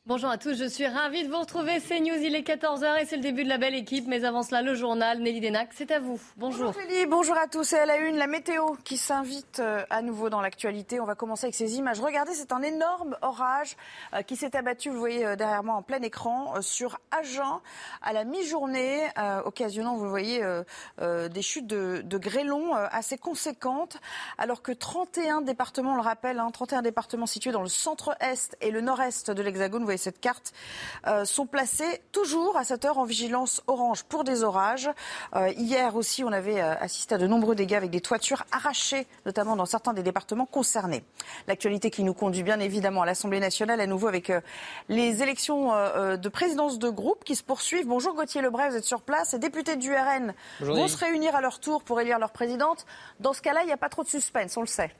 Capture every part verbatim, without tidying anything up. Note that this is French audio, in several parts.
Bonjour à tous, je suis ravie de vous retrouver. C'est News, il est quatorze heures et c'est le début de la belle équipe. Mais avant cela, le journal. Nelly Denac, c'est à vous. Bonjour. Bonjour Nelly, bonjour à tous. Et à la une, la météo qui s'invite à nouveau dans l'actualité. On va commencer avec ces images. Regardez, c'est un énorme orage qui s'est abattu, vous voyez derrière moi en plein écran, sur Agen à la mi-journée, occasionnant, vous voyez, des chutes de, de grêlons assez conséquentes. Alors que trente et un départements, on le rappelle, hein, trente et un départements situés dans le centre-est et le nord-est de l'Hexagone, vous voyez cette carte, euh, sont placés toujours à cette heure en vigilance orange pour des orages. Euh, hier aussi, on avait euh, assisté à de nombreux dégâts avec des toitures arrachées, notamment dans certains des départements concernés. L'actualité qui nous conduit bien évidemment à l'Assemblée nationale, à nouveau avec euh, les élections euh, de présidence de groupe qui se poursuivent. Bonjour Gauthier Lebret, vous êtes sur place. Les députés du R N Bonjour, vont se réunir à leur tour pour élire leur présidente. Dans ce cas-là, il n'y a pas trop de suspense, on le sait.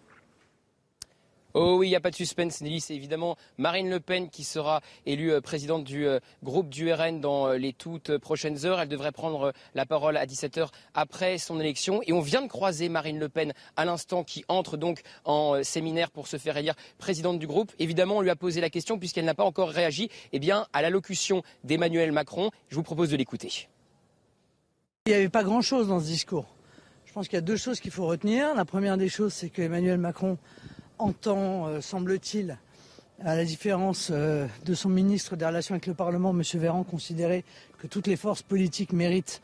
Oh oui, il n'y a pas de suspense, Nelly. C'est évidemment Marine Le Pen qui sera élue présidente du euh, groupe du R N dans euh, les toutes prochaines heures. Elle devrait prendre euh, la parole à dix-sept heures après son élection. Et on vient de croiser Marine Le Pen à l'instant qui entre donc en euh, séminaire pour se faire élire présidente du groupe. Évidemment, on lui a posé la question puisqu'elle n'a pas encore réagi eh bien, à l'allocution d'Emmanuel Macron. Je vous propose de l'écouter. Il n'y avait pas grand-chose dans ce discours. Je pense qu'il y a deux choses qu'il faut retenir. La première des choses, c'est qu'Emmanuel Macron entend, euh, semble-t-il, à la différence euh, de son ministre des Relations avec le Parlement, M. Véran, considérer que toutes les forces politiques méritent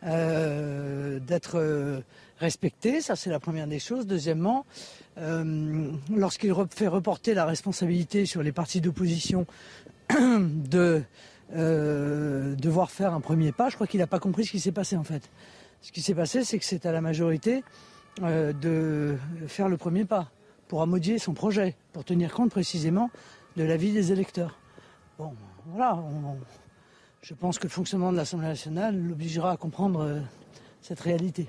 euh, d'être euh, respectées. Ça, c'est la première des choses. Deuxièmement, euh, lorsqu'il re- fait reporter la responsabilité sur les partis d'opposition de euh, devoir faire un premier pas, je crois qu'il n'a pas compris ce qui s'est passé en fait. Ce qui s'est passé, c'est que c'est à la majorité euh, de faire le premier pas pour amodier son projet, pour tenir compte précisément de l'avis des électeurs. Bon, voilà, on, je pense que le fonctionnement de l'Assemblée nationale l'obligera à comprendre euh, cette réalité.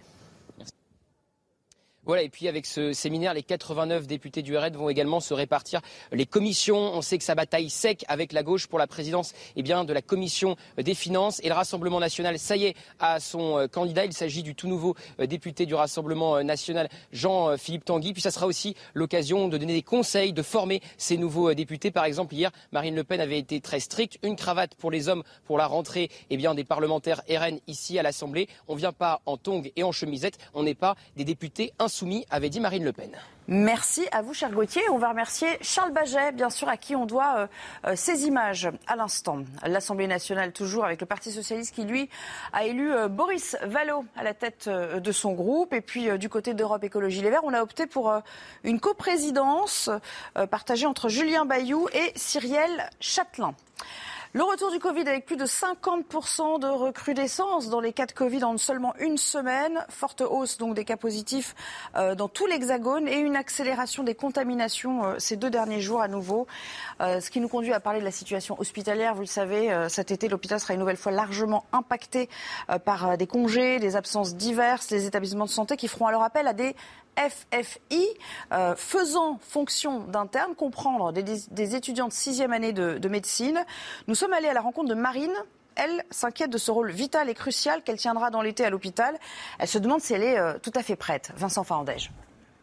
Voilà, et puis avec ce séminaire, les quatre-vingt-neuf députés du R N vont également se répartir les commissions. On sait que ça bataille sec avec la gauche pour la présidence eh bien, de la commission des finances. Et le Rassemblement national, ça y est, a son candidat. Il s'agit du tout nouveau député du Rassemblement national, Jean-Philippe Tanguy. Puis ça sera aussi l'occasion de donner des conseils, de former ces nouveaux députés. Par exemple, hier, Marine Le Pen avait été très stricte. Une cravate pour les hommes pour la rentrée eh bien, des parlementaires R N ici à l'Assemblée. On ne vient pas en tongs et en chemisette. On n'est pas des députés insoumis, avait dit Marine Le Pen. Merci à vous, cher Gauthier. On va remercier Charles Baget, bien sûr, à qui on doit euh, euh, ces images à l'instant. L'Assemblée nationale, toujours avec le Parti socialiste qui, lui, a élu euh, Boris Vallaud à la tête euh, de son groupe. Et puis, euh, du côté d'Europe Écologie Les Verts, on a opté pour euh, une coprésidence euh, partagée entre Julien Bayou et Cyrielle Châtelain. Le retour du Covid avec plus de cinquante pour cent de recrudescence dans les cas de Covid en seulement une semaine. Forte hausse donc des cas positifs euh, dans tout l'Hexagone et une accélération des contaminations euh, ces deux derniers jours à nouveau. Euh, ce qui nous conduit à parler de la situation hospitalière. Vous le savez, euh, cet été, l'hôpital sera une nouvelle fois largement impacté euh, par euh, des congés, des absences diverses. Les établissements de santé qui feront alors appel à des F F I, euh, faisant fonction d'interne, comprendre des, des étudiants de sixième année de, de médecine. Nous sommes allés à la rencontre de Marine. Elle s'inquiète de ce rôle vital et crucial qu'elle tiendra dans l'été à l'hôpital. Elle se demande si elle est euh, tout à fait prête. Vincent Farandège.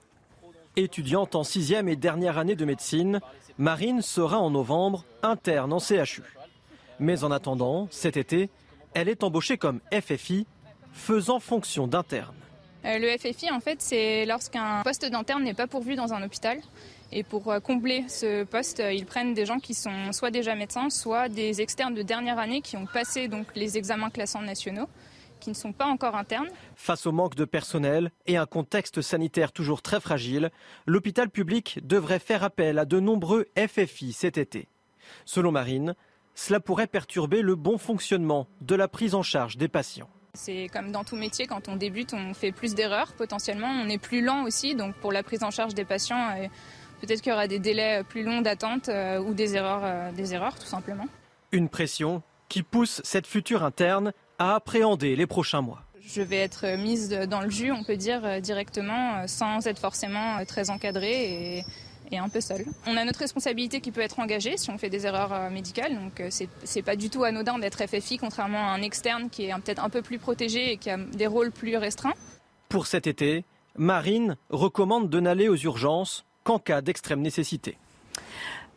Étudiante en sixième et dernière année de médecine, Marine sera en novembre interne en C H U. Mais en attendant, cet été, elle est embauchée comme F F I, faisant fonction d'interne. Le F F I, en fait, c'est lorsqu'un poste d'interne n'est pas pourvu dans un hôpital. Et pour combler ce poste, ils prennent des gens qui sont soit déjà médecins, soit des externes de dernière année qui ont passé donc les examens classants nationaux, qui ne sont pas encore internes. Face au manque de personnel et un contexte sanitaire toujours très fragile, l'hôpital public devrait faire appel à de nombreux F F I cet été. Selon Marine, cela pourrait perturber le bon fonctionnement de la prise en charge des patients. C'est comme dans tout métier, quand on débute, on fait plus d'erreurs potentiellement. On est plus lent aussi, donc pour la prise en charge des patients, peut-être qu'il y aura des délais plus longs d'attente ou des erreurs, des erreurs tout simplement. Une pression qui pousse cette future interne à appréhender les prochains mois. Je vais être mise dans le jus, on peut dire, directement, sans être forcément très encadrée et, et un peu seule. On a notre responsabilité qui peut être engagée si on fait des erreurs médicales, donc c'est, c'est pas du tout anodin d'être F F I, contrairement à un externe qui est peut-être un peu plus protégé et qui a des rôles plus restreints. Pour cet été, Marine recommande de n'aller aux urgences qu'en cas d'extrême nécessité.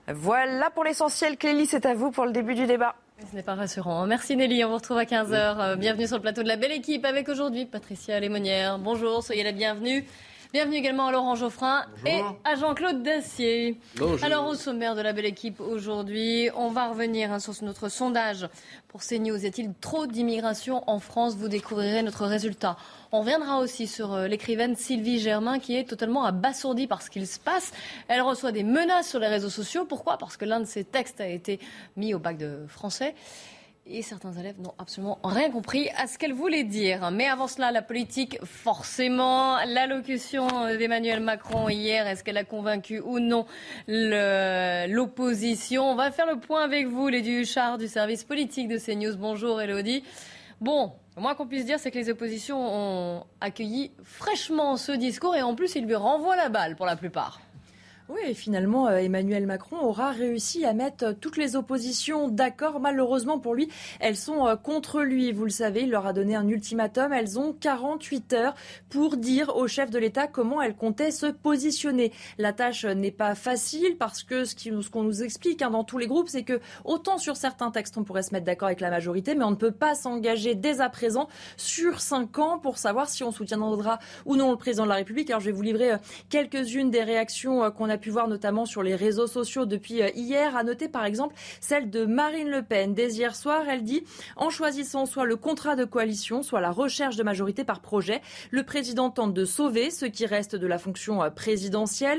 Voilà pour l'essentiel. Clélie, c'est à vous pour le début du débat. Ce n'est pas rassurant. Merci Nelly, on vous retrouve à quinze heures. Bienvenue sur le plateau de La Belle Équipe avec aujourd'hui Patricia Lémonière. Bonjour, soyez la bienvenue. Bienvenue également à Laurent Geoffrin. Bonjour. Et à Jean-Claude Dacier. Bonjour. Alors au sommaire de La Belle Équipe aujourd'hui, on va revenir hein, sur notre sondage pour CNews. Y a-t-il trop d'immigration en France? Vous découvrirez notre résultat. On reviendra aussi sur euh, l'écrivaine Sylvie Germain qui est totalement abasourdie par ce qu'il se passe. Elle reçoit des menaces sur les réseaux sociaux. Pourquoi? Parce que l'un de ses textes a été mis au bac de français. Et certains élèves n'ont absolument rien compris à ce qu'elle voulait dire. Mais avant cela, la politique, forcément, l'allocution d'Emmanuel Macron hier, est-ce qu'elle a convaincu ou non le, l'opposition? On va faire le point avec vous, Élodie Huchard du service politique de CNews. Bonjour Élodie. Bon, le moins qu'on puisse dire, c'est que les oppositions ont accueilli fraîchement ce discours et en plus, ils lui renvoient la balle pour la plupart. Oui, et finalement, Emmanuel Macron aura réussi à mettre toutes les oppositions d'accord. Malheureusement pour lui, elles sont contre lui. Vous le savez, il leur a donné un ultimatum. Elles ont quarante-huit heures pour dire au chef de l'État comment elles comptaient se positionner. La tâche n'est pas facile parce que ce, qui, ce qu'on nous explique hein, dans tous les groupes, c'est que autant sur certains textes, on pourrait se mettre d'accord avec la majorité, mais on ne peut pas s'engager dès à présent sur cinq ans pour savoir si on soutiendra ou non le président de la République. Alors, je vais vous livrer quelques-unes des réactions qu'on a pu voir notamment sur les réseaux sociaux depuis hier. À noter par exemple celle de Marine Le Pen. Dès hier soir, elle dit « En choisissant soit le contrat de coalition, soit la recherche de majorité par projet, le président tente de sauver ce qui reste de la fonction présidentielle. »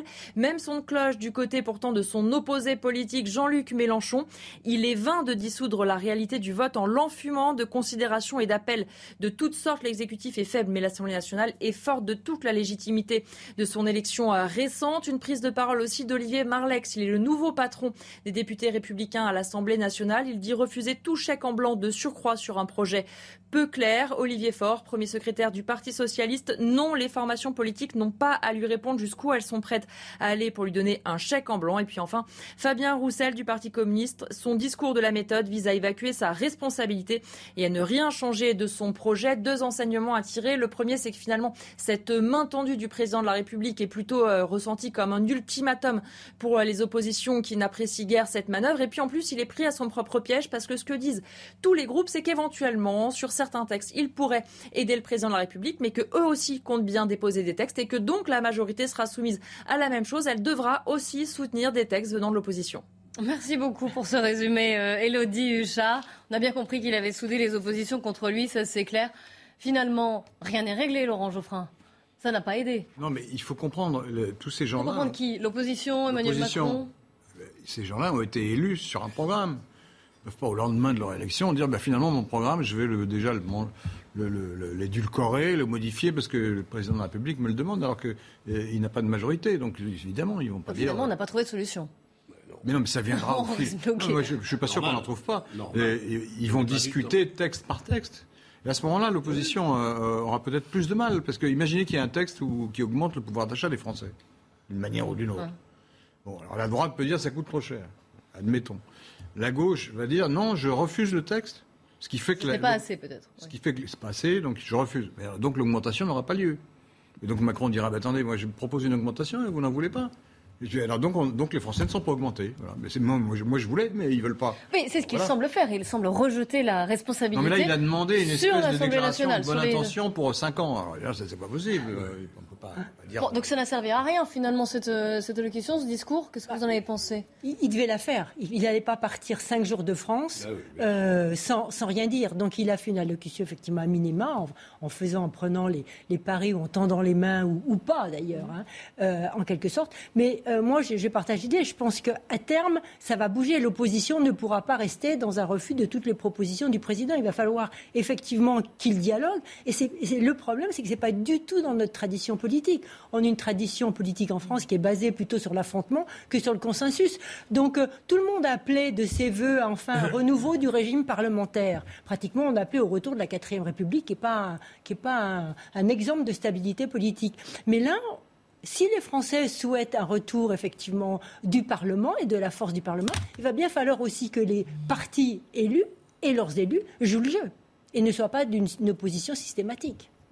Même son de cloche du côté pourtant de son opposé politique Jean-Luc Mélenchon. Il est vain de dissoudre la réalité du vote en l'enfumant de considérations et d'appels de toutes sortes. L'exécutif est faible, mais l'Assemblée nationale est forte de toute la légitimité de son élection récente. Une prise de parole aussi d'Olivier Marleix. Il est le nouveau patron des députés républicains à l'Assemblée nationale. Il dit refuser tout chèque en blanc de surcroît sur un projet peu clair. Olivier Faure, premier secrétaire du Parti socialiste. Non, les formations politiques n'ont pas à lui répondre jusqu'où elles sont prêtes à aller pour lui donner un chèque en blanc. Et puis enfin, Fabien Roussel du Parti communiste. Son discours de la méthode vise à évacuer sa responsabilité et à ne rien changer de son projet. Deux enseignements à tirer. Le premier, c'est que finalement, cette main tendue du président de la République est plutôt euh, ressentie comme un ultimatum pour les oppositions qui n'apprécient guère cette manœuvre. Et puis en plus, il est pris à son propre piège parce que ce que disent tous les groupes, c'est qu'éventuellement, sur certains textes, il pourrait aider le président de la République, mais qu'eux aussi comptent bien déposer des textes et que donc la majorité sera soumise à la même chose. Elle devra aussi soutenir des textes venant de l'opposition. Merci beaucoup pour ce résumé, euh, Élodie Huchard. On a bien compris qu'il avait soudé les oppositions contre lui, ça c'est clair. Finalement, rien n'est réglé, Laurent Geoffrin. Ça n'a pas aidé. Non, mais il faut comprendre le, tous ces gens-là. Faut comprendre qui? L'opposition, Emmanuel Macron. Ces gens-là ont été élus sur un programme. Ils ne peuvent pas, au lendemain de leur élection, dire bah, finalement, mon programme, je vais le, déjà le, le, le, l'édulcorer, le modifier, parce que le président de la République me le demande, alors qu'il euh, n'a pas de majorité. Donc, évidemment, ils ne vont pas Donc, dire. Évidemment, on n'a pas trouvé de solution. Mais non, mais ça viendra au fil. Non, moi, je ne suis pas sûr qu'on n'en trouve pas. Et, ils vont discuter texte par texte. Et à ce moment-là, l'opposition euh, aura peut-être plus de mal, parce que imaginez qu'il y a un texte où, qui augmente le pouvoir d'achat des Français, d'une manière ou d'une autre. Ouais. Bon, alors la droite peut dire ça coûte trop cher, admettons. La gauche va dire non, je refuse le texte, ce qui fait que c'est la, pas assez peut-être. Ce ouais. qui fait que c'est pas assez, donc je refuse. Mais alors, donc l'augmentation n'aura pas lieu. Et donc Macron dira bah, attendez, moi je propose une augmentation et vous n'en voulez pas. Alors donc, on, donc les Français ne sont pas augmentés. Voilà. Mais c'est, moi, moi, je, moi je voulais, mais ils veulent pas. Oui, c'est ce qu'il voilà. semble faire. Il semble rejeter la responsabilité. Non mais là il a demandé une espèce de déclaration nationale, de bonne les... intention pour cinq ans. Alors là ça, c'est pas possible. On peut pas, pas dire... bon, donc ça n'a servi à rien finalement cette, cette allocution, ce discours. Qu'est-ce que vous en avez pensé? il, il devait la faire. Il n'allait pas partir cinq jours de France ah oui, euh, sans, sans rien dire. Donc il a fait une allocution effectivement à minima en, en faisant, en prenant les, les paris ou en tendant les mains ou, ou pas d'ailleurs, hein, euh, en quelque sorte. Mais euh, moi j'ai, j'ai partagé l'idée. Je pense qu'à terme, ça va bouger. L'opposition ne pourra pas rester dans un refus de toutes les propositions du président. Il va falloir effectivement qu'il dialogue. Et c'est, c'est, le problème, c'est que ce n'est pas du tout dans notre tradition politique. On a une tradition politique en France qui est basée plutôt sur l'affrontement que sur le consensus. Donc, euh, tout le monde a appelé de ses voeux, enfin, un renouveau du régime parlementaire. Pratiquement, on a appelé au retour de la quatrième République, qui n'est pas, un, qui est pas un, un exemple de stabilité politique. Mais là, si les Français souhaitent un retour effectivement du Parlement et de la force du Parlement, il va bien falloir aussi que les partis élus et leurs élus jouent le jeu et ne soient pas d'une opposition systématique.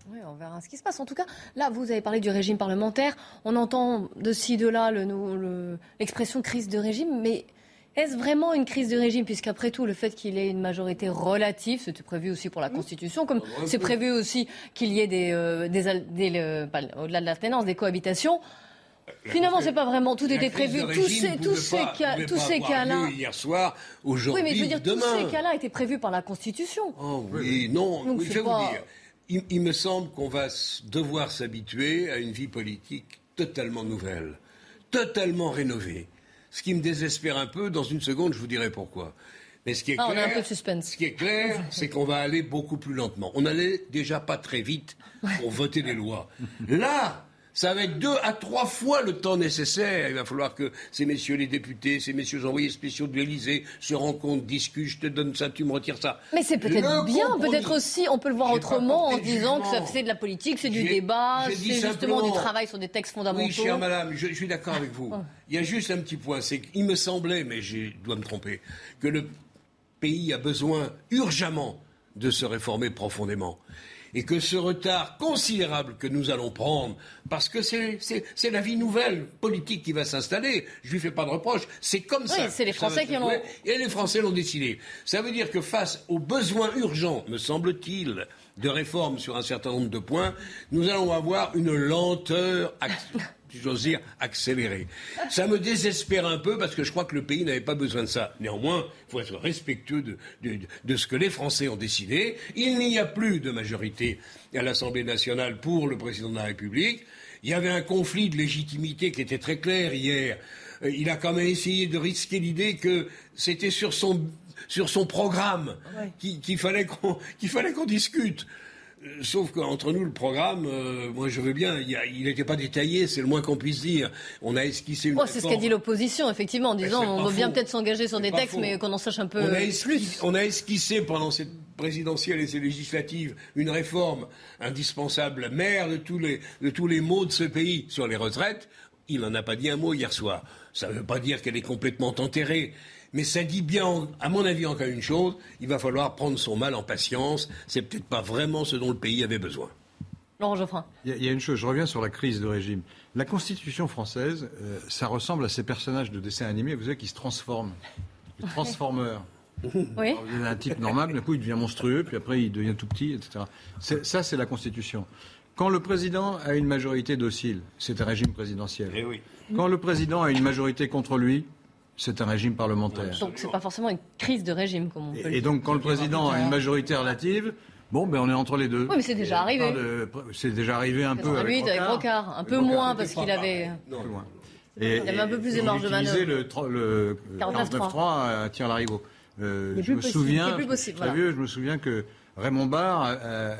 Oui, on verra ce qui se passe. En tout cas, là, vous avez parlé du régime parlementaire. On entend de ci, de là le, le, l'expression crise de régime, mais est-ce vraiment une crise de régime ? Puisqu'après tout, le fait qu'il ait une majorité relative, c'était prévu aussi pour la Constitution, comme c'est prévu aussi qu'il y ait des, euh, des, des, des pas, au-delà de l'alternance, des cohabitations. La Finalement, c'est pas vraiment. Tout était prévu. Tous ces, tous ces cas, tous ces cas-là. Hier soir, aujourd'hui, oui, mais je veux dire, demain. tous ces cas-là étaient prévus par la Constitution. Oh oui, non. Donc, oui, je vais pas... vous dire. Il, il me semble qu'on va devoir s'habituer à une vie politique totalement nouvelle, totalement rénovée. Ce qui me désespère un peu. Dans une seconde, je vous dirai pourquoi. Mais ce qui est ah, clair, on a un peu de suspense. Ce qui est clair, c'est qu'on va aller beaucoup plus lentement. On n'allait déjà pas très vite pour voter les lois. Là. Ça va être deux à trois fois le temps nécessaire. Il va falloir que ces messieurs les députés, ces messieurs envoyés spéciaux de l'Élysée se rencontrent, discutent, je te donne ça, tu me retires ça. Mais c'est peut-être le bien, compromis. Peut-être aussi, on peut le voir autrement en se disant que ça, c'est de la politique, c'est du débat, c'est justement du travail sur des textes fondamentaux. Oui, chère madame, je, je suis d'accord avec vous. Il y a juste un petit point, c'est qu'il me semblait, mais je dois me tromper, que le pays a besoin urgemment de se réformer profondément. Et que ce retard considérable que nous allons prendre, parce que c'est, c'est, c'est la vie nouvelle politique qui va s'installer, je lui fais pas de reproche, c'est comme oui, ça. C'est les Français qui en ont... Et les Français l'ont décidé. Ça veut dire que face aux besoins urgents, me semble-t-il, de réformes sur un certain nombre de points, nous allons avoir une lenteur... si j'ose dire, accéléré. Ça me désespère un peu parce que je crois que le pays n'avait pas besoin de ça. Néanmoins, il faut être respectueux de, de, de ce que les Français ont décidé. Il n'y a plus de majorité à l'Assemblée nationale pour le président de la République. Il y avait un conflit de légitimité qui était très clair hier. Il a quand même essayé de risquer l'idée que c'était sur son, sur son programme ouais. qu'il, qu'il fallait qu'on, qu'il fallait qu'on discute. Sauf qu'entre nous, le programme, euh, moi je veux bien, il n'était pas détaillé, c'est le moins qu'on puisse dire. On a esquissé une oh, c'est ce qu'a dit l'opposition, effectivement, en disant on veut bien peut-être s'engager sur c'est des textes, faux. mais qu'on en sache un peu on a esquissé, plus. On a esquissé pendant cette présidentielle et ces législatives une réforme indispensable, mère de tous les, de tous les maux de ce pays sur les retraites. Il n'en a pas dit un mot hier soir. Ça ne veut pas dire qu'elle est complètement enterrée. Mais ça dit bien, à mon avis, encore une chose, il va falloir prendre son mal en patience. C'est peut-être pas vraiment ce dont le pays avait besoin. Laurent Geoffrin. Il y, il y a une chose, je reviens sur la crise de régime. La Constitution française, euh, ça ressemble à ces personnages de dessins animés, vous savez, qui se transforment. Les Transformers. Oui. Alors, vous avez un type normal, d'un coup, il devient monstrueux, puis après, il devient tout petit, et cetera. C'est, ça, c'est la Constitution. Quand le président a une majorité docile, c'est un régime présidentiel. Eh oui. Quand le président a une majorité contre lui, c'est un régime parlementaire. Donc c'est pas forcément une crise de régime, comme on peut le dire. Et donc quand le président a une majorité relative, bon, ben on est entre les deux. Oui, mais c'est déjà arrivé. De, c'est déjà arrivé un c'est peu avec Rocard. Avec Rocard. Un peu Rocard, moins parce qu'il avait... Non, moins. Et, il avait un peu plus de marge de manœuvre. Il utilisait le, le quarante-neuf trois à Tir-Larigot. Euh, je me souviens, plus possible, voilà. Je me souviens que Raymond Barre a, a, a,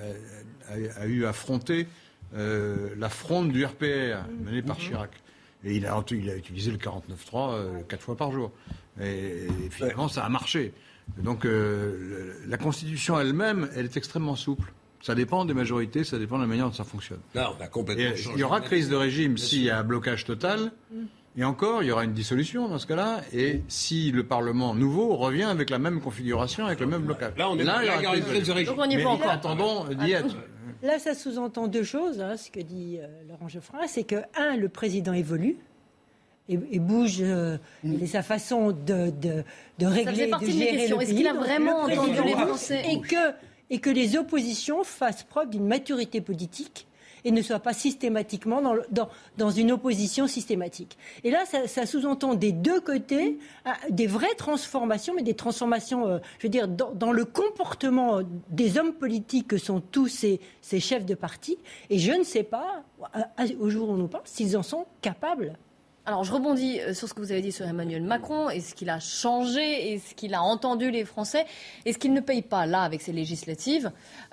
a eu affronté euh, la fronde du R P R menée par Chirac. Et il a, il a utilisé le quarante-neuf trois euh, quatre fois par jour. Et, et finalement, ça a marché. Donc, euh, la Constitution elle-même, elle est extrêmement souple. Ça dépend des majorités, ça dépend de la manière dont ça fonctionne. Là, on a complètement changé. Il y aura crise de régime s'il y a un blocage total. Et encore, il y aura une dissolution dans ce cas-là. Et si le Parlement nouveau revient avec la même configuration, avec le même blocage. Là, on est là, il y aura une crise de régime. Donc, on n'y est pas encore. Attendons d'y être. Là, ça sous-entend deux choses, hein, ce que dit euh, Laurent Geoffrin, c'est que, un, le président évolue et, et bouge euh, mmh. et sa façon de, de, de régler, de gérer le pays. Est-ce qu'il a vraiment entendu les Français et que, et que les oppositions fassent preuve d'une maturité politique et ne soient pas systématiquement dans, dans, dans une opposition systématique. Et là, ça, ça sous-entend des deux côtés euh, des vraies transformations, mais des transformations, euh, je veux dire, dans, dans le comportement des hommes politiques que sont tous ces, ces chefs de parti. Et je ne sais pas, à, à, au jour où on nous parle, s'ils en sont capables. Alors, je rebondis sur ce que vous avez dit sur Emmanuel Macron. Est-ce qu'il a changé? Est-ce qu'il a entendu les Français? Est-ce qu'il ne paye pas, là, avec ses législatives,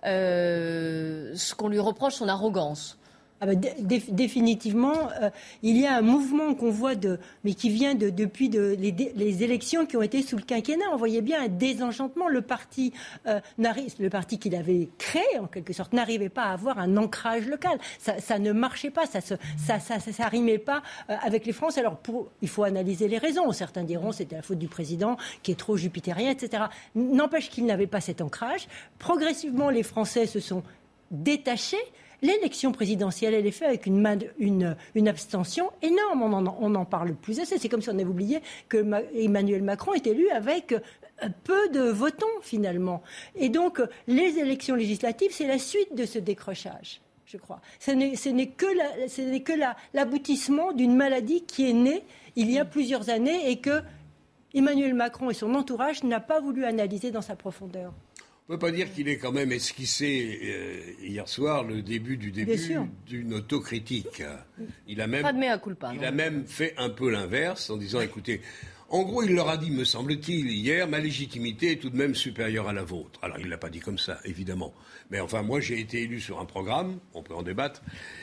euh, ce qu'on lui reproche, son arrogance? Ah ben, dé- définitivement, euh, il y a un mouvement qu'on voit, de, mais qui vient de, depuis de, les, les élections qui ont été sous le quinquennat. On voyait bien un désenchantement. Le parti, euh, le parti qu'il avait créé, en quelque sorte, n'arrivait pas à avoir un ancrage local. Ça, ça ne marchait pas, ça ne ça, ça, ça, ça rimait pas euh, avec les Français. Alors, pour, il faut analyser les raisons. Certains diront que c'était la faute du président, qui est trop jupitérien, et cetera. N'empêche qu'il n'avait pas cet ancrage. Progressivement, les Français se sont détachés. l'élection présidentielle, elle est faite avec une, une, une abstention énorme. On n'en parle plus assez. C'est comme si on avait oublié que Ma, Emmanuel Macron est élu avec peu de votants, finalement. Et donc, les élections législatives, c'est la suite de ce décrochage, je crois. Ce n'est, ce n'est que, la, ce n'est que la, l'aboutissement d'une maladie qui est née il y a plusieurs années et que Emmanuel Macron et son entourage n'ont pas voulu analyser dans sa profondeur. On ne peut pas dire qu'il ait quand même esquissé euh, hier soir le début du début d'une autocritique. Il a même, pas de mea culpa, il non. a même fait un peu l'inverse en disant, écoutez, en gros, il leur a dit, me semble-t-il, hier, ma légitimité est tout de même supérieure à la vôtre. Alors, il ne l'a pas dit comme ça, évidemment. Mais enfin, moi, j'ai été élu sur un programme, on peut en débattre,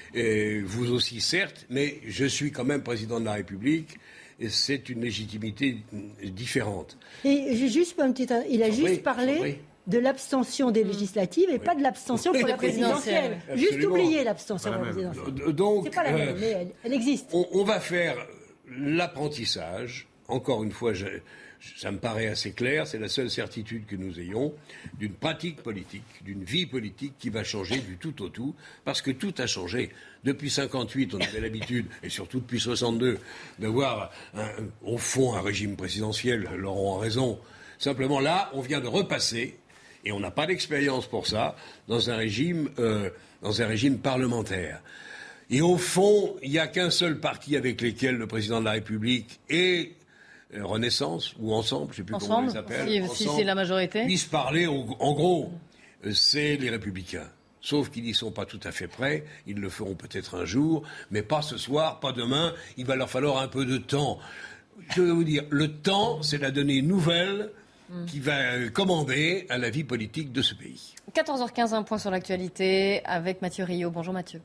et vous aussi, certes, mais je suis quand même président de la République, et c'est une légitimité différente. Et j'ai juste un petit... Il a juste oui, parlé... oui. de l'abstention des législatives et oui. pas de l'abstention pour la présidentielle. Juste oublier l'abstention pour la présidentielle. Donc, c'est pas la même, euh, mais elle, elle existe. On, on va faire l'apprentissage. Encore une fois, je, ça me paraît assez clair. C'est la seule certitude que nous ayons d'une pratique politique, d'une vie politique qui va changer du tout au tout, parce que tout a changé. Depuis cinquante-huit, on avait l'habitude, et surtout depuis soixante-deux, d'avoir un, au fond un régime présidentiel. Laurent a raison. Simplement là, on vient de repasser. Et on n'a pas d'expérience pour ça dans un régime, euh, dans un régime parlementaire. Et au fond, il n'y a qu'un seul parti avec lequel le président de la République et euh, Renaissance, ou Ensemble, je ne sais plus ensemble, comment ils s'appellent, si, ensemble, si c'est la majorité, puissent parler, en, en gros, euh, c'est les Républicains. Sauf qu'ils n'y sont pas tout à fait prêts, ils le feront peut-être un jour, mais pas ce soir, pas demain, il va leur falloir un peu de temps. Je vais vous dire, le temps, c'est la donnée nouvelle qui va commander à la vie politique de ce pays. quatorze heures quinze, un point sur l'actualité avec Mathieu Rio. Bonjour Mathieu.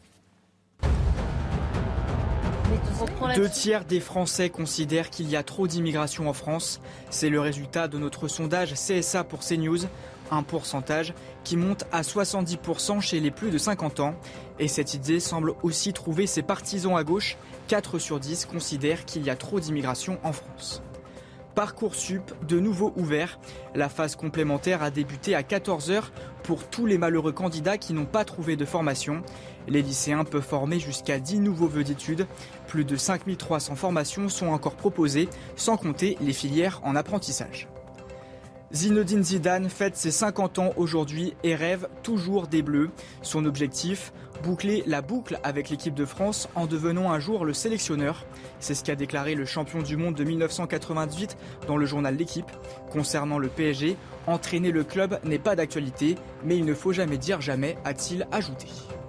Deux tiers des Français considèrent qu'il y a trop d'immigration en France. C'est le résultat de notre sondage C S A pour CNews. Un pourcentage qui monte à soixante-dix pour cent chez les plus de cinquante ans. Et cette idée semble aussi trouver ses partisans à gauche. quatre sur dix considèrent qu'il y a trop d'immigration en France. Parcoursup, de nouveau ouvert. La phase complémentaire a débuté à quatorze heures pour tous les malheureux candidats qui n'ont pas trouvé de formation. Les lycéens peuvent former jusqu'à dix nouveaux vœux d'études. Plus de cinq mille trois cents formations sont encore proposées, sans compter les filières en apprentissage. Zinedine Zidane fête ses cinquante ans aujourd'hui et rêve toujours des Bleus. Son objectif, boucler la boucle avec l'équipe de France en devenant un jour le sélectionneur. C'est ce qu'a déclaré le champion du monde de mille neuf cent quatre-vingt-dix dans le journal L'Équipe. Concernant le P S G, entraîner le club n'est pas d'actualité, mais il ne faut jamais dire jamais, a-t-il ajouté.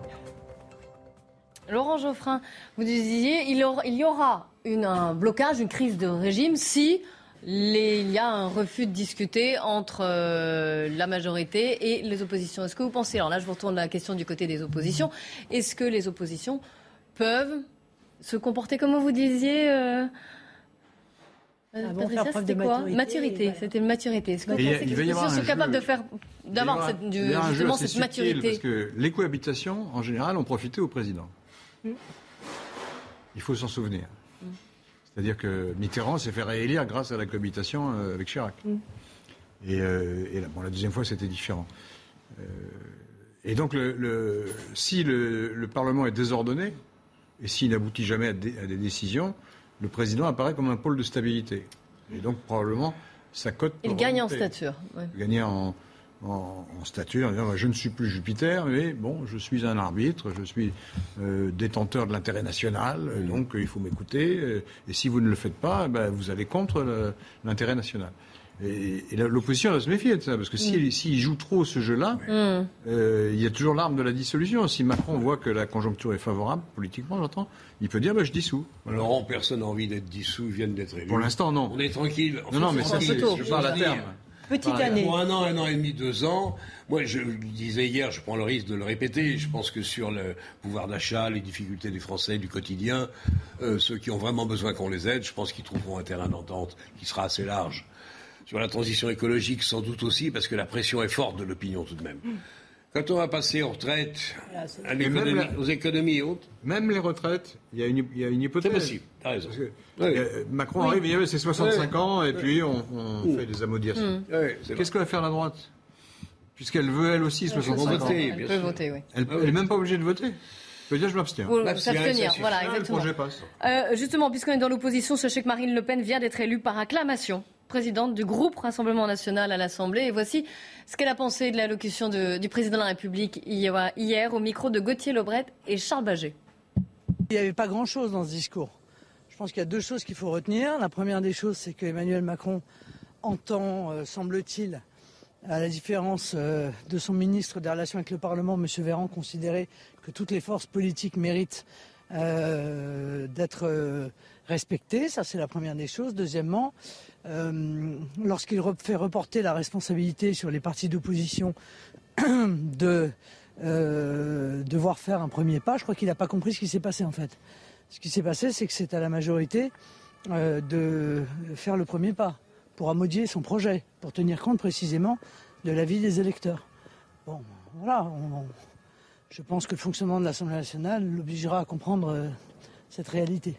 Laurent Geoffrin, vous disiez il y aura une, un blocage, une crise de régime si les, il y a un refus de discuter entre euh, la majorité et les oppositions. Est-ce que vous pensez, alors là je vous retourne la question du côté des oppositions, est-ce que les oppositions peuvent se comporter comme vous disiez euh... Ah bon, Patricia, c'était quoi maturité, maturité. Voilà. C'était une maturité. Est-ce que vous pensez que les oppositions sont capables de faire, d'avoir cette, du, justement cette maturité? Parce que les cohabitations, en général, ont profité au président. Mm. Il faut s'en souvenir. Mm. C'est-à-dire que Mitterrand s'est fait réélire grâce à la cohabitation avec Chirac. Mm. Et, euh, et là, bon, la deuxième fois, c'était différent. Euh, et donc, le, le, si le, le Parlement est désordonné, et s'il n'aboutit jamais à des, à des décisions, le président apparaît comme un pôle de stabilité. Et donc, probablement, sa cote... Il gagne en stature. Ouais. Il gagne en, en, en stature, en disant, je ne suis plus Jupiter, mais bon, je suis un arbitre, je suis euh, détenteur de l'intérêt national, mmh. donc il faut m'écouter. Euh, et si vous ne le faites pas, ben, vous allez contre le, l'intérêt national. Et, et l'opposition doit se méfier de ça, parce que s'il mmh. si joue trop ce jeu-là, mmh. euh, il y a toujours l'arme de la dissolution. Si Macron voit que la conjoncture est favorable, politiquement, j'entends, il peut dire bah, « je dissous ». Laurent, personne n'a envie d'être dissous, ils viennent d'être élus. Pour l'instant, non. On est tranquille. Non, non, mais ça, c'est, je parle à terme. Petite année. Pour un an, un an et demi, deux ans, moi je le disais hier, je prends le risque de le répéter, je pense que sur le pouvoir d'achat, les difficultés des Français du quotidien, euh, ceux qui ont vraiment besoin qu'on les aide, je pense qu'ils trouveront un terrain d'entente qui sera assez large. Sur la transition écologique, sans doute aussi, parce que la pression est forte de l'opinion tout de même. Quand on va passer aux retraites, à l'économie, la... aux économies hautes... Même les retraites, il y a une, il y a une hypothèse. C'est possible, t'as raison. Que, oui. euh, Macron oui. arrive, il y avait ses soixante-cinq oui. ans, et oui. puis on, on oui. fait des amodiations. Mmh. Oui, Qu'est-ce que va faire la droite? Puisqu'elle veut, elle aussi, soixante-cinq ans. Elle peut voter, oui. Elle n'est même pas obligée de voter. Elle peut dire je m'abstiens. Vous s'abstenir, voilà, exactement. Le projet passe. Euh, justement, puisqu'on est dans l'opposition, sachez que Marine Le Pen vient d'être élue par acclamation présidente du groupe Rassemblement National à l'Assemblée. Et voici ce qu'elle a pensé de l'allocution de, du président de la République hier au micro de Gauthier Lebret et Charles Baget. Il n'y avait pas grand-chose dans ce discours. Je pense qu'il y a deux choses qu'il faut retenir. La première des choses, c'est qu'Emmanuel Macron entend, euh, semble-t-il, à la différence euh, de son ministre des Relations avec le Parlement, M. Véran, considérer que toutes les forces politiques méritent euh, d'être euh, respectées. Ça, c'est la première des choses. Deuxièmement, euh, lorsqu'il fait reporter la responsabilité sur les partis d'opposition de euh, devoir faire un premier pas, je crois qu'il n'a pas compris ce qui s'est passé en fait. Ce qui s'est passé, c'est que c'est à la majorité euh, de faire le premier pas pour amodier son projet, pour tenir compte précisément de l'avis des électeurs. Bon, voilà, on, on, je pense que le fonctionnement de l'Assemblée nationale l'obligera à comprendre euh, cette réalité.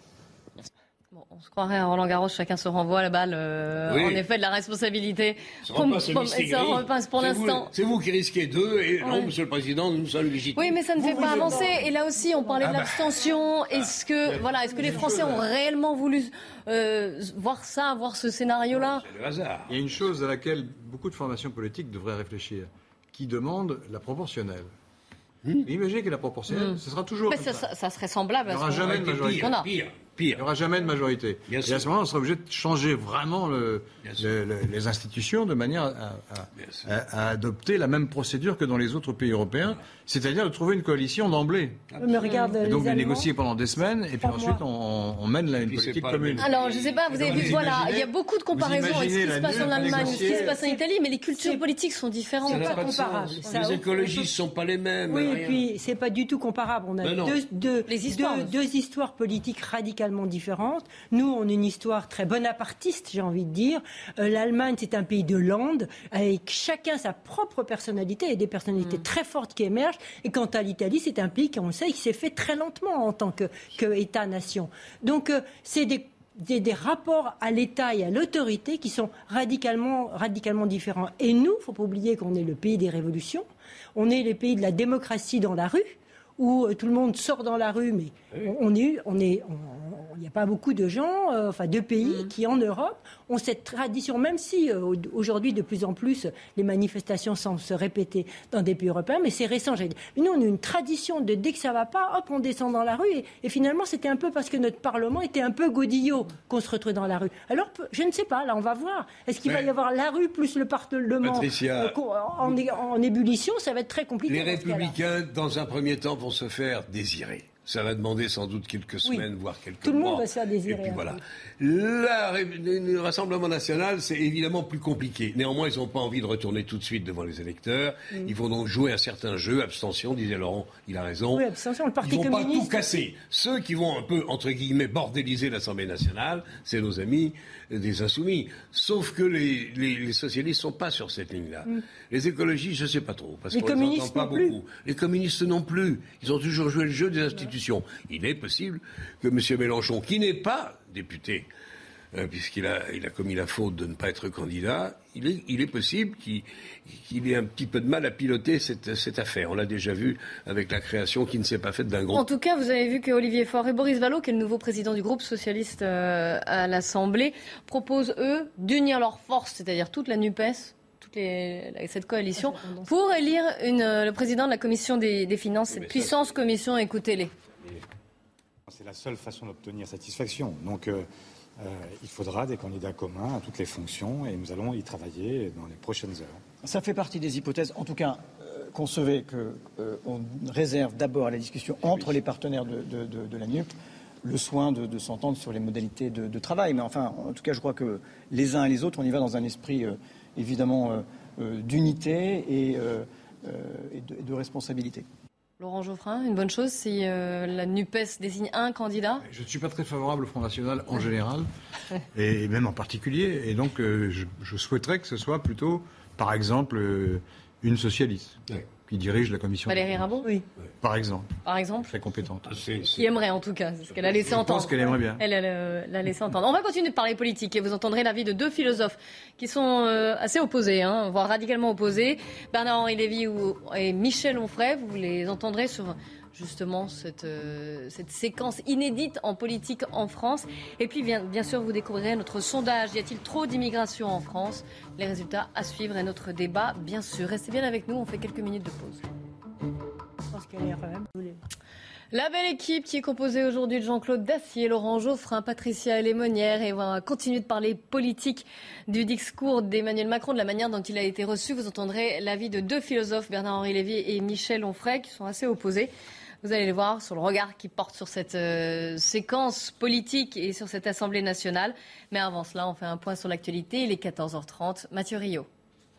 Bon, on se croirait à Roland Garros, chacun se renvoie la balle, euh, oui. En effet, de la responsabilité. Ça repasse pour, ça repasse pour l'instant. C'est vous qui risquez deux, et non, ouais. Monsieur le Président, nous sommes légitimes. Oui, mais ça ne vous, fait pas avancer. Dans... Et là aussi, on parlait ah de l'abstention. Bah... Est-ce que, ah, voilà, est-ce que les Français ont réellement voulu euh, voir ça, voir ce scénario-là? C'est le hasard. Il y a une chose à laquelle beaucoup de formations politiques devraient réfléchir, qui demande la proportionnelle. Mmh. Imaginez que la proportionnelle, mmh. ce sera toujours. Mais ça, ça, ça serait semblable à ce qu'on a. Il n'y aura jamais de majorité. Pire, pire, pire. Il n'y aura jamais de majorité. Bien et sûr. À ce moment-là, on sera obligé de changer vraiment le, le, le, les institutions de manière à, à, à, à adopter la même procédure que dans les autres pays européens, c'est-à-dire de trouver une coalition d'emblée. Mais regarde, et donc les de négocier pendant des semaines, et puis ensuite on, on mène là une politique commune. Alors, je ne sais pas, vous avez vu, voilà, il y a beaucoup de comparaisons avec ce qui se passe en Allemagne, ce qui se passe en Italie, mais les cultures politiques sont différentes. C'est pas comparable. Les écologistes ne sont pas les mêmes. Oui, et puis c'est pas du tout comparable. On a deux, deux, histoires, deux, deux histoires politiques radicalement différentes. Nous, on a une histoire très bonapartiste, j'ai envie de dire. Euh, L'Allemagne, c'est un pays de landes, avec chacun sa propre personnalité, et des personnalités mmh. très fortes qui émergent. Et quant à l'Italie, c'est un pays, on le sait, qui s'est fait très lentement en tant que, que État-nation. Donc, euh, c'est des Des, des rapports à l'État et à l'autorité qui sont radicalement, radicalement différents. Et nous, il ne faut pas oublier qu'on est le pays des révolutions, on est le pays de la démocratie dans la rue, où euh, tout le monde sort dans la rue, mais oui. on, on est, on est, il n'y a pas beaucoup de gens, euh, enfin de pays mmh. qui en Europe ont cette tradition, même si euh, aujourd'hui de plus en plus les manifestations semblent se répéter dans des pays européens, mais c'est récent. J'ai dit. Mais nous on a une tradition de dès que ça va pas, hop on descend dans la rue et, et finalement c'était un peu parce que notre Parlement était un peu godillot qu'on se retrouvait dans la rue. Alors je ne sais pas, là on va voir. Est-ce qu'il mais... va y avoir la rue plus le Parlement Patricia, euh, en, en ébullition? Ça va être très compliqué. Les Républicains, dans un premier temps, vont se faire désirer. Ça va demander sans doute quelques semaines, oui. voire quelques mois. Tout le monde va se faire désirer. Et puis voilà. La, le Rassemblement national, c'est évidemment plus compliqué. Néanmoins, ils n'ont pas envie de retourner tout de suite devant les électeurs. Mm. Ils vont donc jouer un certain jeu. Abstention, disait Laurent, il a raison. Oui, abstention, le Parti Ils ne vont communiste. pas tout casser. Ceux qui vont un peu, entre guillemets, bordéliser l'Assemblée nationale, c'est nos amis des Insoumis. Sauf que les, les, les socialistes ne sont pas sur cette ligne-là. Mm. Les écologistes, je ne sais pas trop, parce qu'on ne les entend pas beaucoup. Les communistes non plus. Ils ont toujours joué le jeu des institutions. Il est possible que M. Mélenchon, qui n'est pas député, euh, puisqu'il a, il a commis la faute de ne pas être candidat, il est, il est possible qu'il, qu'il ait un petit peu de mal à piloter cette, cette affaire. On l'a déjà vu avec la création qui ne s'est pas faite d'un groupe. En tout cas, vous avez vu que Olivier Faure et Boris Vallaud, qui est le nouveau président du groupe socialiste euh, à l'Assemblée, proposent, eux, d'unir leurs forces, c'est-à-dire toute la NUPES, Les, cette coalition, pour élire une, le président de la commission des, des finances, cette puissance commission, écoutez-les. C'est la seule façon d'obtenir satisfaction. Donc euh, euh, il faudra des candidats communs à toutes les fonctions et nous allons y travailler dans les prochaines heures. Ça fait partie des hypothèses, en tout cas, euh, concevez qu'on euh, réserve d'abord à la discussion entre oui. les partenaires de, de, de, de la N U P le soin de, de s'entendre sur les modalités de, de travail. Mais enfin, en tout cas, je crois que les uns et les autres, on y va dans un esprit euh, évidemment euh, euh, d'unité et, euh, euh, et, de, et de responsabilité. Laurent Geoffrin, une bonne chose si euh, la NUPES désigne un candidat? Je ne suis pas très favorable au Front National en général, et même en particulier. Et donc, euh, je, je souhaiterais que ce soit plutôt, par exemple, euh, une socialiste. Oui. qui dirige la commission. Valérie Rabault, oui. Par exemple. Par exemple. Très compétente. C'est, c'est... Qui aimerait en tout cas, c'est ce qu'elle a laissé Je entendre. pense qu'elle aimerait bien. Elle, elle, elle l'a laissé entendre. On va continuer de parler politique et vous entendrez l'avis de deux philosophes qui sont euh, assez opposés, hein, voire radicalement opposés. Bernard-Henri Lévy ou, et Michel Onfray, vous les entendrez sur justement cette, euh, cette séquence inédite en politique en France. Et puis bien, bien sûr, vous découvrirez notre sondage. Y a-t-il trop d'immigration en France? Les résultats à suivre et notre débat, bien sûr. Restez bien avec nous, on fait quelques minutes de pause. Je pense qu'elle est quand même... La belle équipe qui est composée aujourd'hui de Jean-Claude Dacier, Laurent Geoffrin, Patricia Lémonière, et on va continuer de parler politique du discours d'Emmanuel Macron, de la manière dont il a été reçu. Vous entendrez l'avis de deux philosophes, Bernard-Henri Lévy et Michel Onfray, qui sont assez opposés. Vous allez les voir sur le regard qu'ils portent sur cette euh, séquence politique et sur cette Assemblée nationale. Mais avant cela, on fait un point sur l'actualité. Il est quatorze heures trente. Mathieu Rio.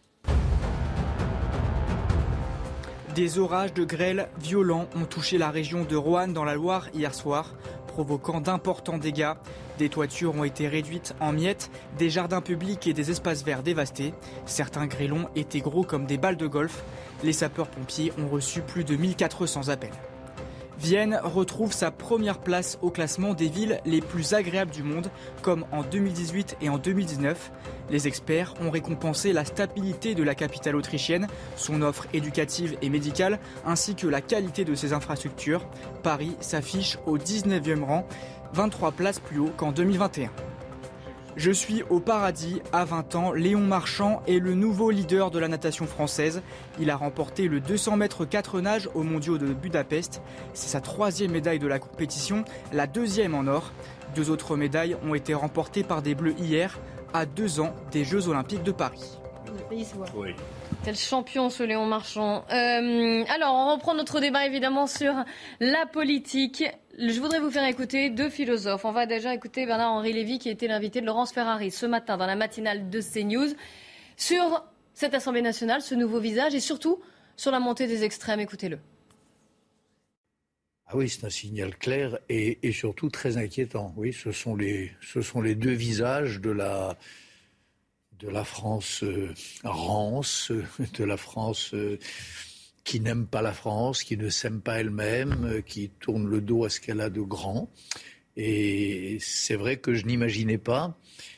Des orages de grêle violents ont touché la région de Roanne dans la Loire hier soir, provoquant d'importants dégâts. Des toitures ont été réduites en miettes, des jardins publics et des espaces verts dévastés. Certains grêlons étaient gros comme des balles de golf. Les sapeurs-pompiers ont reçu plus de mille quatre cents appels. Vienne retrouve sa première place au classement des villes les plus agréables du monde, comme en deux mille dix-huit et en deux mille dix-neuf. Les experts ont récompensé la stabilité de la capitale autrichienne, son offre éducative et médicale, ainsi que la qualité de ses infrastructures. Paris s'affiche au dix-neuvième rang, vingt-trois places plus haut qu'en deux mille vingt et un. Je suis au paradis. À vingt ans, Léon Marchand est le nouveau leader de la natation française. Il a remporté le deux cents mètres quatre nages aux mondiaux de Budapest. C'est sa troisième médaille de la compétition, la deuxième en or. Deux autres médailles ont été remportées par des Bleus hier, à deux ans des Jeux Olympiques de Paris. Oui. Quel champion ce Léon Marchand. Euh, alors, on reprend notre débat évidemment sur la politique. Je voudrais vous faire écouter deux philosophes. On va déjà écouter Bernard-Henri Lévy qui était l'invité de Laurence Ferrari ce matin dans la matinale de CNews sur cette Assemblée nationale, ce nouveau visage et surtout sur la montée des extrêmes. Écoutez-le. Ah oui, c'est un signal clair et, et surtout très inquiétant. Oui, ce sont les, ce sont les deux visages de la, de la France euh, rance, de la France euh, qui n'aime pas la France, qui ne s'aime pas elle-même, euh, qui tourne le dos à ce qu'elle a de grand. Et c'est vrai que je n'imaginais pas,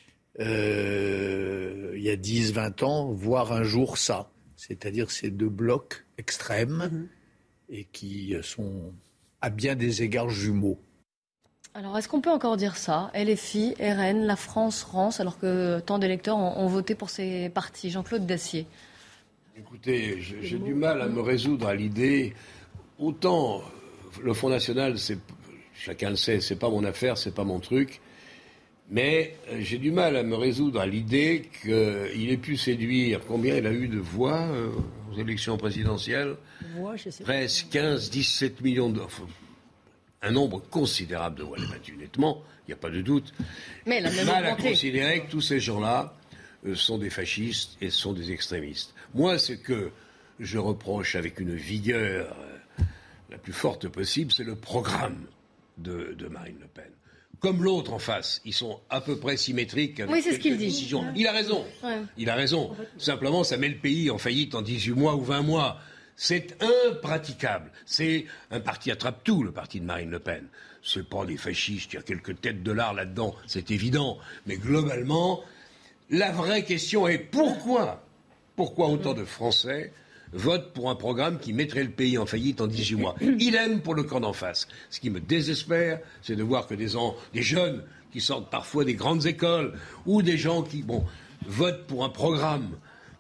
euh, il y a dix, vingt ans, voir un jour ça. C'est-à-dire ces deux blocs extrêmes mmh. et qui sont à bien des égards jumeaux. Alors, est-ce qu'on peut encore dire ça? L F I, R N, la France rance, alors que tant d'électeurs ont, ont voté pour ces partis. Jean-Claude Dacier. Écoutez, j'ai, j'ai du mal à me résoudre à l'idée. Autant le Front National, c'est, chacun le sait, c'est pas mon affaire, c'est pas mon truc. Mais j'ai du mal à me résoudre à l'idée qu'il ait pu séduire. Combien il a eu de voix euh, aux élections présidentielles? Voix, je sais pas. Presque quinze, dix-sept millions de... Enfin, un nombre considérable de voix. Elle est battue nettement, il n'y a pas de doute. Mais la même mal à augmenté. considérer que tous ces gens-là euh, sont des fascistes et sont des extrémistes. Moi, ce que je reproche avec une vigueur euh, la plus forte possible, c'est le programme de, de Marine Le Pen. Comme l'autre en face, ils sont à peu près symétriques avec oui, c'est ce qu'il dit. décisions. Il a raison. Ouais. Il a raison. Simplement, ça met le pays en faillite en dix-huit mois ou vingt mois. C'est impraticable. C'est un parti attrape-tout, le parti de Marine Le Pen. C'est pas des fascistes, il y a quelques têtes de l'art là-dedans, c'est évident. Mais globalement, la vraie question est pourquoi, pourquoi autant de Français votent pour un programme qui mettrait le pays en faillite en dix-huit mois. Idem pour le camp d'en face. Ce qui me désespère, c'est de voir que des, en, des jeunes qui sortent parfois des grandes écoles ou des gens qui bon, votent pour un programme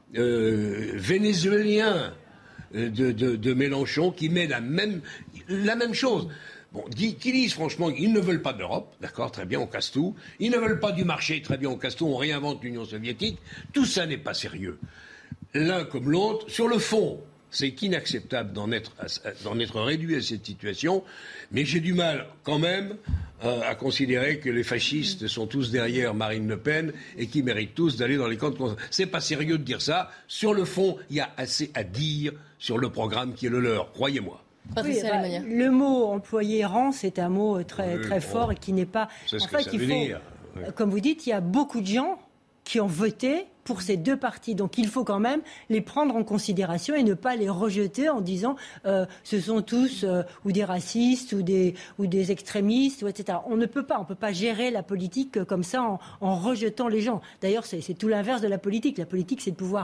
euh, vénézuélien de, de, de Mélenchon qui met la même, la même chose. Bon, qui disent franchement qu'ils ne veulent pas d'Europe, d'accord, très bien, on casse tout. Ils ne veulent pas du marché, très bien, on casse tout, on réinvente l'Union soviétique. Tout ça n'est pas sérieux. L'un comme l'autre, sur le fond, c'est inacceptable d'en être, d'en être réduit à cette situation, mais j'ai du mal quand même euh, à considérer que les fascistes sont tous derrière Marine Le Pen et qu'ils méritent tous d'aller dans les camps de concentration. C'est pas sérieux de dire ça. Sur le fond, il y a assez à dire sur le programme qui est le leur, croyez-moi. Oui, bah, le mot employé rang, c'est un mot très, oui, très bon. fort et qui n'est pas... C'est ce en que fait, ça il veut faut, dire. Oui. Comme vous dites, il y a beaucoup de gens qui ont voté pour ces deux partis. Donc il faut quand même les prendre en considération et ne pas les rejeter en disant euh, ce sont tous euh, ou des racistes ou des, ou des extrémistes, ou et cetera. On ne peut pas, on peut pas gérer la politique comme ça en, en rejetant les gens. D'ailleurs, c'est, c'est tout l'inverse de la politique. La politique, c'est de pouvoir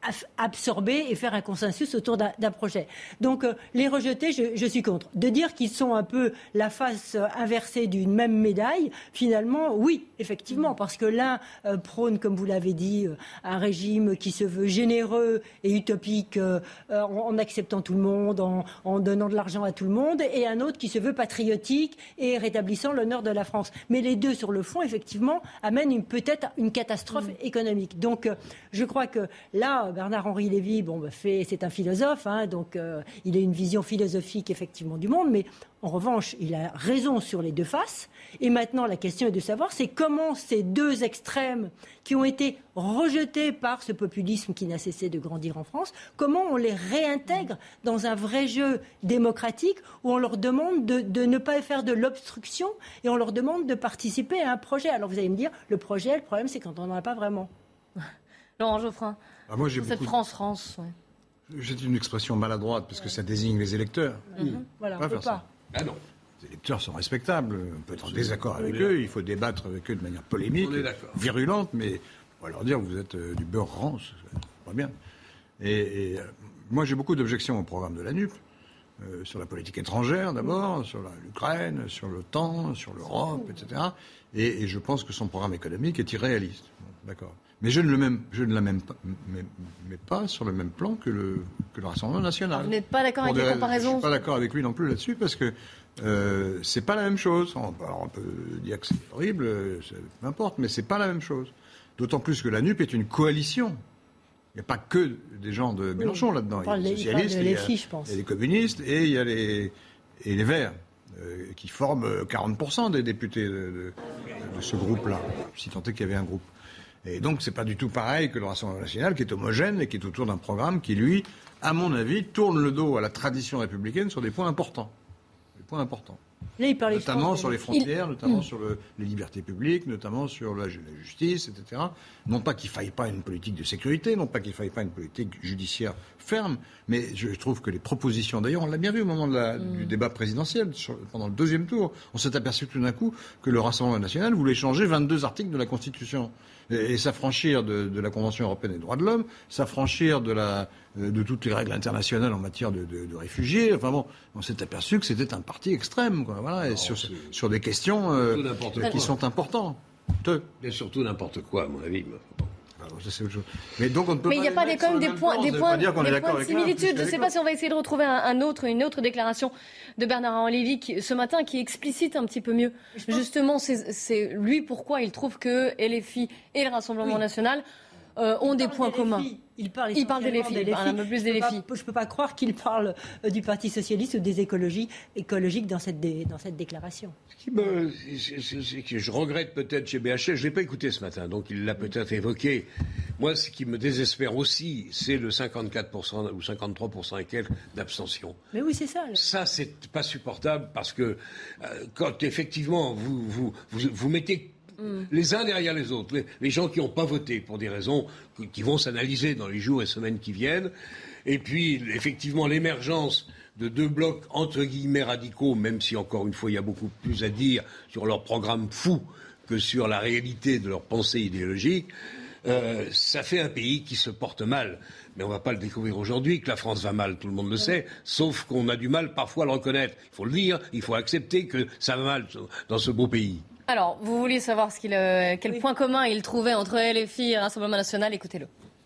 absorber et faire un consensus autour d'un, d'un projet. Donc euh, les rejeter, je, je suis contre. De dire qu'ils sont un peu la face inversée d'une même médaille, finalement, oui, effectivement, parce que l'un euh, prône, comme vous l'avez dit, euh, un régime qui se veut généreux et utopique euh, euh, en, en acceptant tout le monde, en, en donnant de l'argent à tout le monde, et un autre qui se veut patriotique et rétablissant l'honneur de la France. Mais les deux, sur le fond, effectivement, amènent une, peut-être une catastrophe mmh. économique. Donc euh, je crois que là, Bernard-Henri Lévy, bon, bah, fait, c'est un philosophe, hein, donc euh, il a une vision philosophique effectivement du monde, mais en revanche, il a raison sur les deux faces. Et maintenant, la question est de savoir, c'est comment ces deux extrêmes qui ont été rejetés par ce populisme qui n'a cessé de grandir en France, comment on les réintègre dans un vrai jeu démocratique où on leur demande de, de ne pas faire de l'obstruction et on leur demande de participer à un projet. Alors vous allez me dire, le projet, le problème, c'est quand on n'en a pas vraiment. Laurent Geoffrin. Ah, moi, j'ai cette beaucoup... France-France. Ouais. C'est une expression maladroite parce que ça désigne les électeurs. Mmh. Voilà, on ne peut pas. Ça. Ah non. Les électeurs sont respectables. On peut être en désaccord avec oui, eux. Il faut débattre avec eux de manière polémique, virulente, mais on va leur dire vous êtes euh, du beurre rance. Pas bien. Et, et euh, moi, j'ai beaucoup d'objections au programme de la N U P. Euh, sur la politique étrangère d'abord, sur la, l'Ukraine, sur l'OTAN, sur l'Europe, et cetera. Et, et je pense que son programme économique est irréaliste. Bon, d'accord. Mais je ne, le même, je ne la même pas, mais, mais pas sur le même plan que le, que le Rassemblement national. Alors vous n'êtes pas d'accord avec les comparaisons ? Je ne suis pas d'accord avec lui non plus là-dessus parce que euh, c'est pas la même chose. On, alors on peut dire que c'est horrible, c'est, peu importe, mais c'est pas la même chose. D'autant plus que la N U P est une coalition. Il n'y a pas que des gens de Mélenchon oui, là-dedans. Il y a les socialistes, il y a, filles, je pense. Il y a les communistes et il y a les, et les Verts euh, qui forment quarante pour cent des députés de, de, de ce groupe-là, si tant est qu'il y avait un groupe. Et donc, c'est pas du tout pareil que le Rassemblement national, qui est homogène et qui est autour d'un programme qui, lui, à mon avis, tourne le dos à la tradition républicaine sur des points importants. Des points importants. Là, il parlait, notamment pense, sur les frontières, il... notamment mmh. sur le, les libertés publiques, notamment sur la, la justice, et cetera. Non pas qu'il ne faille pas une politique de sécurité, non pas qu'il ne faille pas une politique judiciaire ferme, mais je trouve que les propositions, d'ailleurs, on l'a bien vu au moment de la, mmh. du débat présidentiel, sur, pendant le deuxième tour, on s'est aperçu tout d'un coup que le Rassemblement national voulait changer vingt-deux articles de la Constitution et, et s'affranchir de, de la Convention européenne des droits de l'homme, s'affranchir de, la, de toutes les règles internationales en matière de, de, de réfugiés. Enfin bon, on s'est aperçu que c'était un parti extrême, quoi. Voilà, et sur, sur des questions euh, qui quoi. sont importantes. Mais surtout n'importe quoi, à mon avis. Alors, ça, c'est autre chose. Mais donc on ne peut Mais pas. il n'y a pas des, quand même des points, des points, des points de similitude. Je ne sais pas si on va essayer de retrouver un, un autre, une autre déclaration de Bernard-Henri Lévy qui, ce matin, qui explicite un petit peu mieux. Justement, c'est, c'est lui pourquoi il trouve que L F I et le Rassemblement oui. national euh, ont des points communs. Il parle, il parle des L F I, il parle un peu plus des L F I. Je ne peux pas croire qu'il parle du Parti socialiste ou des écologies, écologiques dans cette, dé, dans cette déclaration. Ce qui me, c'est, c'est, c'est que je regrette peut-être chez B H L, je ne l'ai pas écouté ce matin, donc il l'a peut-être évoqué. Moi, ce qui me désespère aussi, c'est le cinquante-quatre pour cent ou cinquante-trois pour cent et quelques d'abstention. Mais oui, c'est ça. Là. Ça, c'est pas supportable parce que euh, quand effectivement vous, vous, vous, vous mettez les uns derrière les autres, les, les gens qui n'ont pas voté pour des raisons qui vont s'analyser dans les jours et semaines qui viennent, et puis effectivement l'émergence de deux blocs entre guillemets radicaux, même si encore une fois il y a beaucoup plus à dire sur leur programme fou que sur la réalité de leur pensée idéologique, euh, ça fait un pays qui se porte mal. Mais on ne va pas le découvrir aujourd'hui, que la France va mal, tout le monde le sait, sauf qu'on a du mal parfois à le reconnaître. Il faut le dire, il faut accepter que ça va mal dans ce beau pays. Alors, vous vouliez savoir ce qu'il, euh, quel oui. point commun il trouvait entre L F I et Rassemblement national, écoutez-le.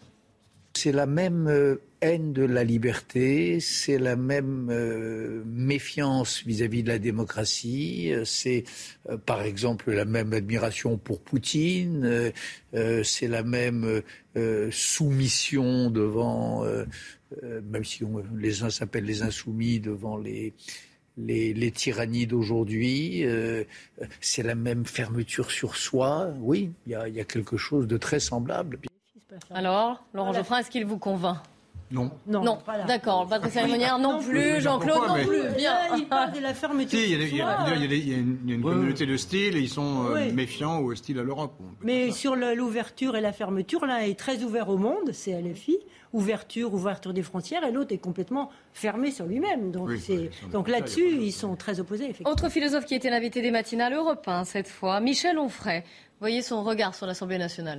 C'est la même euh, haine de la liberté, c'est la même euh, méfiance vis-à-vis de la démocratie, euh, c'est euh, par exemple la même admiration pour Poutine, euh, euh, c'est la même euh, soumission devant, euh, euh, même si on, les uns s'appellent les insoumis, devant les... Les, les tyrannies d'aujourd'hui, euh, c'est la même fermeture sur soi. Oui, il y a, y a quelque chose de très semblable. Alors, Laurent Geoffrin, est-ce qu'il vous convainc ? Non. Non, non. Voilà. D'accord. Patricia Lémonière non, non plus, Jean-Claude non plus. Bien. Il parle de la fermeture. Si, il y a, il y a, il y a, il y a une, il y a une oui. communauté de style et ils sont oui. euh, méfiants ou hostiles à l'Europe. Mais sur le, l'ouverture et la fermeture, l'un est très ouvert au monde, c'est L F I. Ouverture, ouverture des frontières, et l'autre est complètement fermé sur lui-même. Donc, oui, c'est, donc là-dessus, ils sont très opposés. Autre philosophe qui était l'invité des matinales Europe un, cette fois, Michel Onfray. Voyez son regard sur l'Assemblée nationale.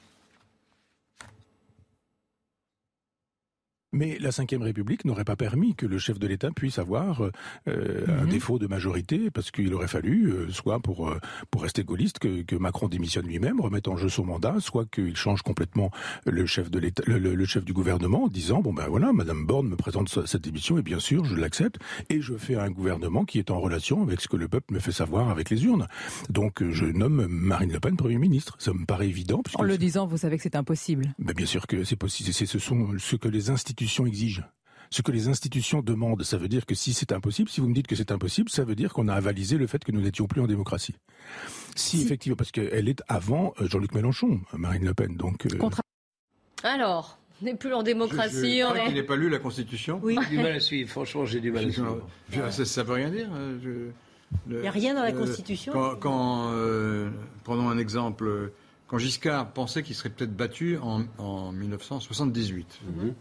Mais la cinquième République n'aurait pas permis que le chef de l'État puisse avoir euh, mm-hmm. un défaut de majorité, parce qu'il aurait fallu, euh, soit pour euh, pour rester gaulliste, que, que Macron démissionne lui-même, remette en jeu son mandat, soit qu'il change complètement le chef de l'État, le, le chef du gouvernement, en disant bon ben voilà, Madame Borne me présente cette démission et bien sûr je l'accepte et je fais un gouvernement qui est en relation avec ce que le peuple me fait savoir avec les urnes. Donc je nomme Marine Le Pen Premier ministre. Ça me paraît évident. En le disant, vous savez que c'est impossible. Ben bien sûr que c'est possible. C'est, ce sont ce que les institutions exigent. Ce que les institutions demandent, ça veut dire que si c'est impossible, si vous me dites que c'est impossible, ça veut dire qu'on a avalisé le fait que nous n'étions plus en démocratie. Si, si. effectivement, parce qu'elle est avant Jean-Luc Mélenchon, Marine Le Pen. Donc, euh... Contra- Alors, on n'est plus en démocratie. Je, je on crois est... qu'il n'ait pas lu la Constitution. Oui. J'ai du mal à suivre, franchement, j'ai du mal à suivre. Ça ne veut rien dire. Je, le, Il n'y a rien dans la euh, Constitution. Quand, quand euh, prenons un exemple, quand Giscard pensait qu'il serait peut-être battu en, en dix-neuf cent soixante-dix-huit. Mm-hmm.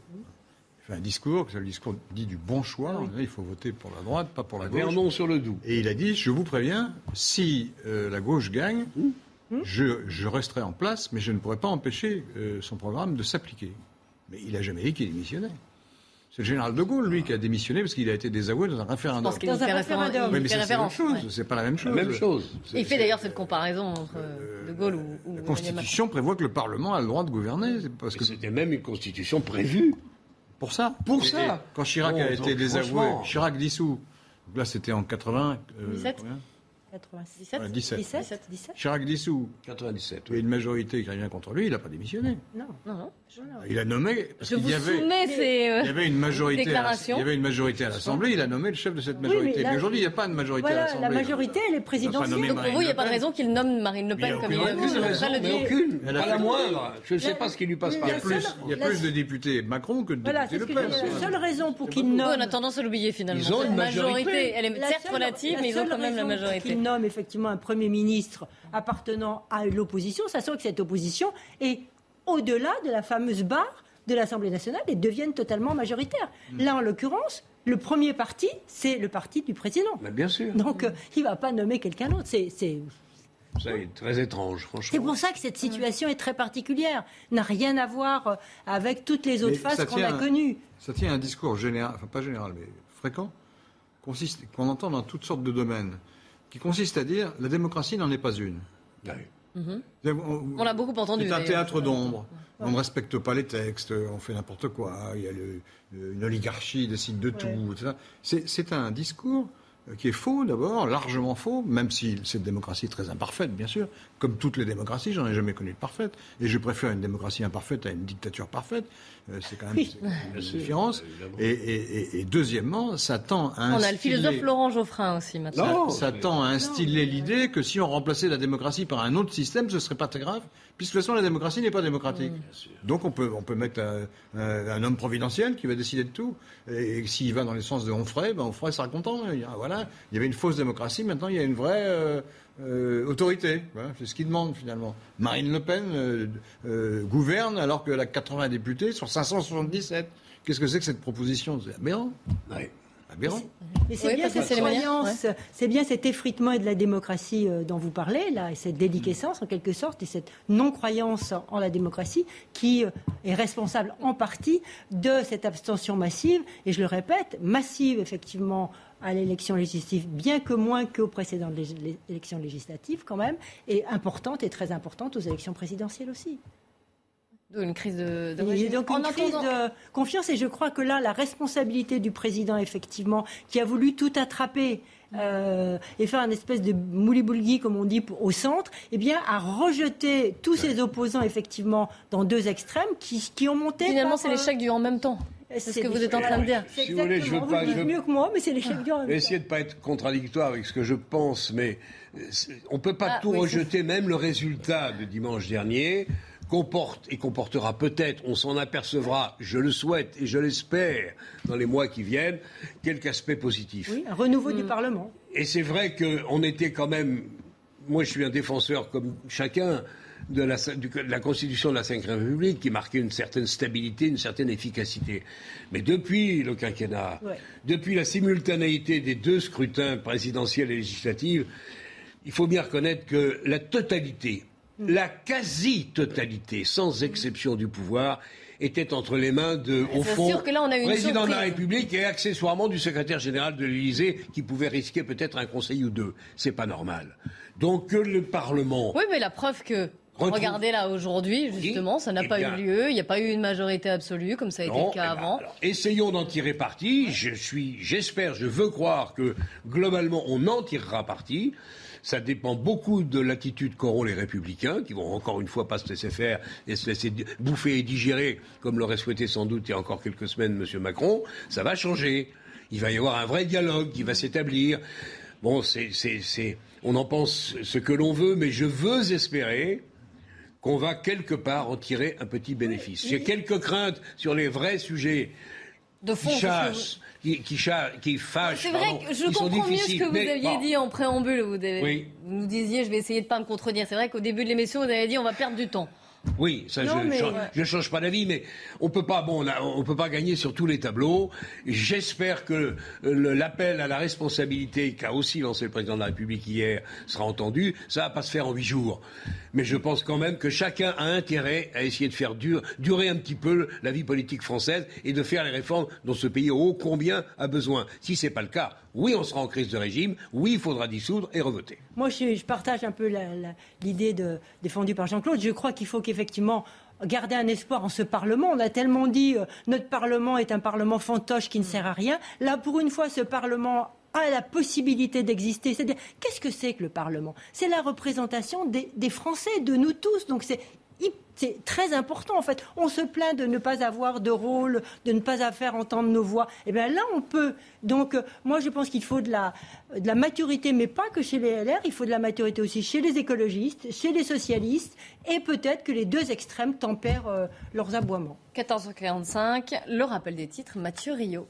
Un discours, c'est le discours dit du bon choix. Oui. Il faut voter pour la droite, pas pour la gauche. Vernon sur le Doubs. Et il a dit, je vous préviens, si euh, la gauche gagne, mmh. je, je resterai en place, mais je ne pourrai pas empêcher euh, son programme de s'appliquer. Mais il n'a jamais dit qu'il démissionnait. C'est le général de Gaulle, lui, qui a démissionné parce qu'il a été désavoué dans un référendum. Je pense qu'il fait référendum. Oui, mais c'est, c'est la même chose. Ouais. C'est pas la même chose. La même chose. Et il fait d'ailleurs cette comparaison entre euh, de Gaulle ou, ou la Constitution prévoit que le Parlement a le droit de gouverner. Parce que c'était même une Constitution prévue. Pour ça. Pour ça. Et quand Chirac bon, a été désavoué, Chirac dissous. Donc là, c'était en quatre-vingts. Euh, dix-sept quatre-vingt-dix-sept ouais, dix-sept. dix-sept dix-sept Chirac dissous. quatre-vingt-dix-sept. Oui. Et une majorité qui revient contre lui, il n'a pas démissionné. Non, non, non. Il a nommé. Parce Je qu'il vous y avait, soumets ces euh, il y avait une majorité. déclarations. À, il y avait une majorité à l'Assemblée. Il a nommé le chef de cette majorité. Oui, mais, là, mais aujourd'hui, il n'y a pas de majorité voilà, à l'Assemblée. La majorité, elle est présidentielle. Donc pour vous, il n'y a pas de raison qu'il nomme Marine Le Pen comme il a dit. Aucune. Pas la moindre. Je ne sais pas ce qui lui passe par la tête. Il y a plus de députés Macron que de députés Le Pen. La seule raison pour qu'il nomme. On a tendance à l'oublier finalement. Ils ont une majorité. Elle est certes relative, mais ils ont quand même la majorité. Qu'il nomme effectivement un Premier ministre appartenant à l'opposition, sachant que cette opposition est au-delà de la fameuse barre de l'Assemblée nationale et deviennent totalement majoritaires. Mmh. Là, en l'occurrence, le premier parti, c'est le parti du président. Mais bien sûr. Donc, euh, il ne va pas nommer quelqu'un d'autre. C'est, c'est... Ça est très étrange, franchement. C'est pour ça que cette situation est très particulière. N'a rien à voir avec toutes les autres mais phases qu'on a connues. Ça tient à un discours général, enfin pas général, mais fréquent, consiste, qu'on entend dans toutes sortes de domaines, qui consiste à dire la démocratie n'en est pas une. Oui. Mmh. On, on l'a beaucoup entendu. C'est un théâtre d'ombre. Ouais. On ne respecte pas les textes, on fait n'importe quoi. Il y a le, une oligarchie décide de tout, ouais. et cetera. C'est, c'est un discours qui est faux d'abord, largement faux, même si cette démocratie est très imparfaite, bien sûr. Comme toutes les démocraties, j'en ai jamais connu de parfaite. Et je préfère une démocratie imparfaite à une dictature parfaite. Euh, c'est quand même oui. c'est une différence. Et, et, et, et deuxièmement, ça tend à instiller... On a le philosophe Laurent Geoffrin aussi maintenant. Ça, ça tend à instiller non. l'idée que si on remplaçait la démocratie par un autre système, ce serait pas très grave, puisque de toute façon la démocratie n'est pas démocratique. Mmh. Donc on peut, on peut mettre un, un, un homme providentiel qui va décider de tout. Et, et s'il va dans les sens de Onfray, ben Onfray sera content. Il y a, voilà, il y avait une fausse démocratie, maintenant il y a une vraie euh, euh, autorité. Voilà, c'est ce qu'il demande finalement. Marine Le Pen euh, euh, gouverne alors qu'elle a quatre-vingts députés sur cinq cent soixante-dix-sept. Qu'est-ce que c'est que cette proposition ? C'est aberrant. Oui. Aberrant. Mais c'est, oui, bien cette croyance, ouais. c'est bien cet effritement de la démocratie euh, dont vous parlez, là, et cette déliquescence, en quelque sorte, et cette non-croyance en, en la démocratie qui euh, est responsable en partie de cette abstention massive, et je le répète, massive, effectivement, à l'élection législative, bien que moins qu'aux précédentes lég- élections législatives, quand même, et importante et très importante aux élections présidentielles aussi. Une crise de, de et donc une crise de confiance, et je crois que là, la responsabilité du président, effectivement, qui a voulu tout attraper euh, et faire une espèce de mouli-boulgui, comme on dit, au centre, eh bien, a rejeté tous ses opposants, effectivement, dans deux extrêmes qui, qui ont monté... Finalement, par, c'est l'échec du en même temps. C'est, c'est ce que vous êtes en train de dire. C'est si vous voulez, je veux pas... Vous dites mieux que moi, mais c'est l'échec du en même temps. Je vais essayer de ne pas être contradictoire avec ce que je pense, mais on ne peut pas ah, tout oui, rejeter, c'est... même le résultat de dimanche dernier. comporte et comportera peut-être, on s'en apercevra, je le souhaite et je l'espère, dans les mois qui viennent, quelque aspect positif. Oui, un renouveau mmh. du Parlement. Et c'est vrai qu'on était quand même, moi je suis un défenseur comme chacun, de la, de la Constitution de la cinquième République qui marquait une certaine stabilité, une certaine efficacité. Mais depuis le quinquennat, ouais. depuis la simultanéité des deux scrutins présidentiels et législatifs, il faut bien reconnaître que la totalité, mmh. la quasi-totalité, sans exception du pouvoir, était entre les mains de, au fond, président de la République et accessoirement du secrétaire général de l'Élysée qui pouvait risquer peut-être un conseil ou deux. C'est pas normal. Donc que le Parlement... Oui, mais la preuve que... Retrouve... Regardez là aujourd'hui, justement, ça n'a eh pas bien, eu lieu, il n'y a pas eu une majorité absolue comme ça a non, été le cas eh ben, avant. Alors, essayons d'en tirer parti, je suis, j'espère, je veux croire que globalement on en tirera parti. Ça dépend beaucoup de l'attitude qu'auront les Républicains, qui vont encore une fois pas se laisser faire et se laisser bouffer et digérer, comme l'aurait souhaité sans doute il y a encore quelques semaines M. Macron. Ça va changer. Il va y avoir un vrai dialogue qui va s'établir. Bon, c'est, c'est, c'est, on en pense ce que l'on veut, mais je veux espérer qu'on va quelque part en tirer un petit bénéfice. J'ai quelques craintes sur les vrais sujets de fond, qui chassent, qui, qui, cha- qui fâchent. C'est vrai pardon, que je comprends mieux ce que vous mais, aviez bon. dit en préambule. Vous, avez, oui. vous nous disiez, je vais essayer de ne pas me contredire. C'est vrai qu'au début de l'émission, vous avez dit on va perdre du temps. Oui, ça, non, je ne change, ouais. change pas d'avis, mais on peut pas, bon, on, a, on peut pas gagner sur tous les tableaux. J'espère que le, l'appel à la responsabilité qu'a aussi lancé le président de la République hier sera entendu. Ça va pas se faire en huit jours. Mais je pense quand même que chacun a intérêt à essayer de faire dur, durer un petit peu la vie politique française et de faire les réformes dont ce pays ô combien a besoin. Si c'est pas le cas, oui, on sera en crise de régime, oui, il faudra dissoudre et revoter. Moi, je, je partage un peu la, la, l'idée de, défendue par Jean-Claude. Je crois qu'il faut qu'effectivement garder un espoir en ce Parlement. On a tellement dit euh, notre Parlement est un Parlement fantoche qui ne sert à rien. Là, pour une fois, ce Parlement a la possibilité d'exister. C'est-à-dire, qu'est-ce que c'est que le Parlement ? C'est la représentation des, des Français, de nous tous. Donc c'est, c'est très important, en fait. On se plaint de ne pas avoir de rôle, de ne pas faire entendre nos voix. Eh bien là, on peut. Donc euh, moi, je pense qu'il faut de la, de la maturité, mais pas que chez les L R. Il faut de la maturité aussi chez les écologistes, chez les socialistes, et peut-être que les deux extrêmes tempèrent euh, leurs aboiements. quatorze heures quarante-cinq, le rappel des titres, Mathieu Rio.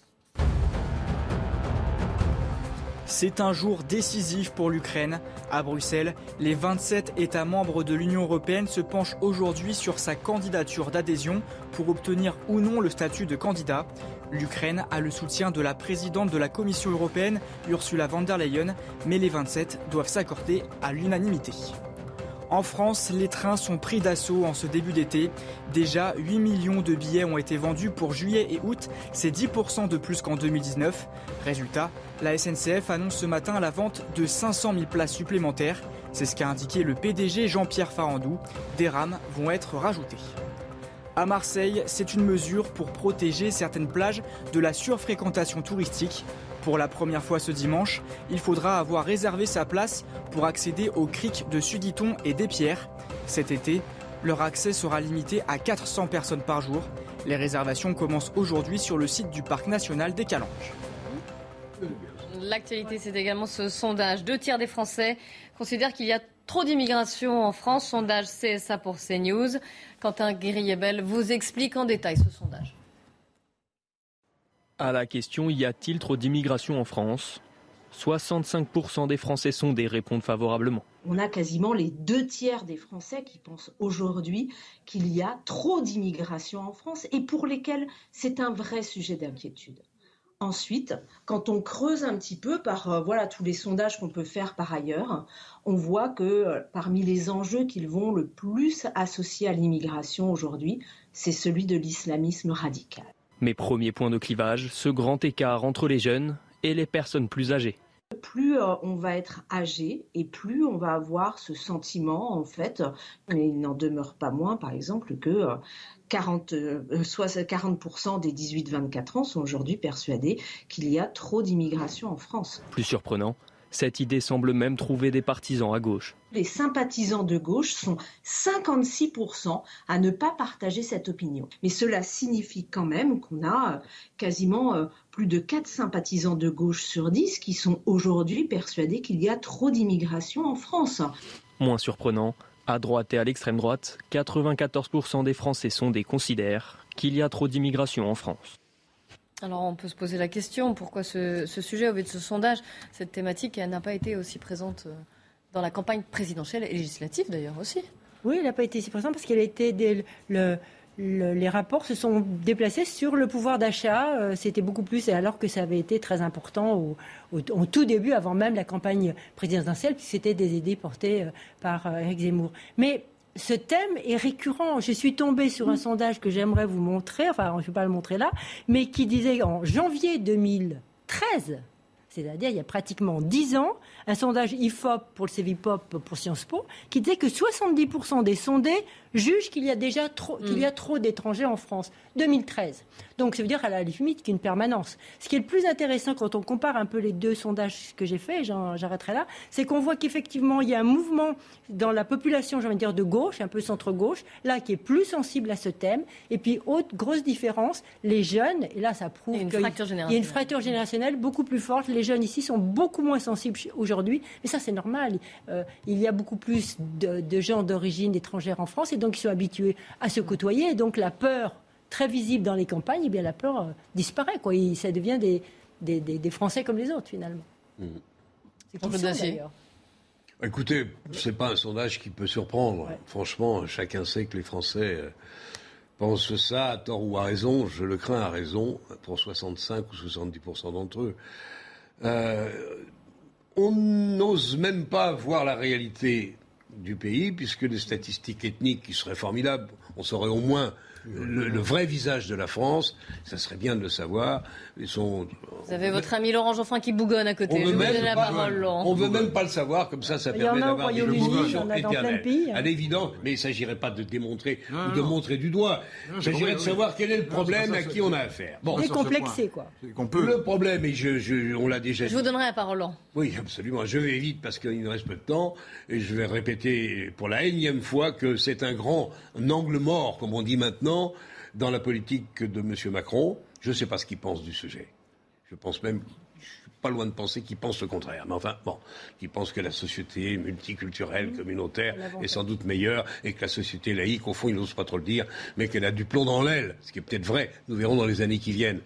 C'est un jour décisif pour l'Ukraine. À Bruxelles, les vingt-sept États membres de l'Union européenne se penchent aujourd'hui sur sa candidature d'adhésion pour obtenir ou non le statut de candidat. L'Ukraine a le soutien de la présidente de la Commission européenne, Ursula von der Leyen, mais les vingt-sept doivent s'accorder à l'unanimité. En France, les trains sont pris d'assaut en ce début d'été. Déjà, huit millions de billets ont été vendus pour juillet et août. C'est dix pour cent de plus qu'en deux mille dix-neuf. Résultat, la S N C F annonce ce matin la vente de cinq cent mille places supplémentaires. C'est ce qu'a indiqué le P D G Jean-Pierre Farandou. Des rames vont être rajoutées. À Marseille, c'est une mesure pour protéger certaines plages de la surfréquentation touristique. Pour la première fois ce dimanche, il faudra avoir réservé sa place pour accéder aux criques de Suditon et des Pierres. Cet été, leur accès sera limité à quatre cents personnes par jour. Les réservations commencent aujourd'hui sur le site du parc national des Calanques. L'actualité, c'est également ce sondage. Deux tiers des Français considèrent qu'il y a trop d'immigration en France. Sondage C S A pour CNews. Quentin Guériébel vous explique en détail ce sondage. À la question « Y a-t-il trop d'immigration en France ?», soixante-cinq pour cent des Français sondés répondent favorablement. On a quasiment les deux tiers des Français qui pensent aujourd'hui qu'il y a trop d'immigration en France et pour lesquels c'est un vrai sujet d'inquiétude. Ensuite, quand on creuse un petit peu par euh, voilà, tous les sondages qu'on peut faire par ailleurs, on voit que euh, parmi les enjeux qu'ils vont le plus associer à l'immigration aujourd'hui, c'est celui de l'islamisme radical. Mais premier point de clivage, ce grand écart entre les jeunes et les personnes plus âgées. Plus euh, on va être âgé et plus on va avoir ce sentiment, en fait, mais il n'en demeure pas moins, par exemple, que euh, quarante, euh, soit quarante pour cent des dix-huit vingt-quatre ans sont aujourd'hui persuadés qu'il y a trop d'immigration en France. Plus surprenant, cette idée semble même trouver des partisans à gauche. Les sympathisants de gauche sont cinquante-six pour cent à ne pas partager cette opinion. Mais cela signifie quand même qu'on a quasiment plus de quatre sympathisants de gauche sur dix qui sont aujourd'hui persuadés qu'il y a trop d'immigration en France. Moins surprenant, À droite et à l'extrême droite, quatre-vingt-quatorze pour cent des Français sondés considèrent qu'il y a trop d'immigration en France. Alors on peut se poser la question, pourquoi ce, ce sujet, au vu de ce sondage, cette thématique, elle n'a pas été aussi présente dans la campagne présidentielle et législative d'ailleurs aussi? Oui, elle n'a pas été si présente parce qu'elle a été des, le, le, les rapports se sont déplacés sur le pouvoir d'achat. Euh, c'était beaucoup plus, alors que ça avait été très important au, au, au tout début, avant même la campagne présidentielle, puisque c'était des idées portées euh, par euh, Éric Zemmour. Mais ce thème est récurrent. Je suis tombée sur un sondage que j'aimerais vous montrer, enfin, je ne vais pas le montrer là, mais qui disait en janvier deux mille treize, c'est-à-dire il y a pratiquement dix ans, un sondage I F O P pour le Cevipop pour Sciences Po, qui disait que soixante-dix pour cent des sondés jugent qu'il y a déjà trop, qu'il y a trop d'étrangers en France. deux mille treize. Donc ça veut dire à la limite qu'une permanence. Ce qui est le plus intéressant quand on compare un peu les deux sondages que j'ai faits, j'en, j'arrêterai là, c'est qu'on voit qu'effectivement il y a un mouvement dans la population, j'ai envie de dire de gauche, un peu centre-gauche, là qui est plus sensible à ce thème. Et puis autre grosse différence, les jeunes, et là ça prouve qu'il y a une fracture générationnelle beaucoup plus forte. Les jeunes ici sont beaucoup moins sensibles aujourd'hui, mais ça c'est normal. Euh, il y a beaucoup plus de, de gens d'origine étrangère en France et donc ils sont habitués à se côtoyer. Et donc la peur très visible dans les campagnes, eh bien la peur euh, disparaît. Quoi. Il, ça devient des, des, des, des Français comme les autres finalement. Mmh. C'est qui sont, d'ailleurs. Écoutez, c'est pas un sondage qui peut surprendre. Ouais. Franchement, chacun sait que les Français euh, pensent ça, à tort ou à raison. Je le crains à raison, pour soixante-cinq ou soixante-dix pour cent d'entre eux. Euh, on n'ose même pas voir la réalité du pays, puisque les statistiques ethniques qui seraient formidables, on saurait au moins le, le vrai visage de la France, ça serait bien de le savoir. Ils sont, Vous avez votre ami Laurent Geoffrin qui bougonne à côté. Je vous donne la parole, Laurent. On ne veut même pas le savoir, comme ça, ça il permet y en a d'avoir des discussions éternelles. Pays, hein. À l'évidence, mais il ne s'agirait pas de démontrer non, ou de non. montrer du doigt. Il s'agirait de savoir quel est le problème non, ça, ça, à qui on a affaire. Bon, décomplexé, quoi. Peut... Le problème, et je, je, on l'a déjà je dit. Je vous donnerai la parole, Laurent. Oui, absolument. Je vais vite parce qu'il nous reste peu de temps. Et je vais répéter pour la énième fois que c'est un grand angle mort, comme on dit maintenant, dans la politique de M. Macron. Je ne sais pas ce qu'il pense du sujet. Je pense même, je ne suis pas loin de penser qu'il pense le contraire. Mais enfin, bon, qu'il pense que la société multiculturelle, communautaire, est sans doute meilleure et que la société laïque, au fond, il n'ose pas trop le dire, mais qu'elle a du plomb dans l'aile, ce qui est peut-être vrai. Nous verrons dans les années qui viennent.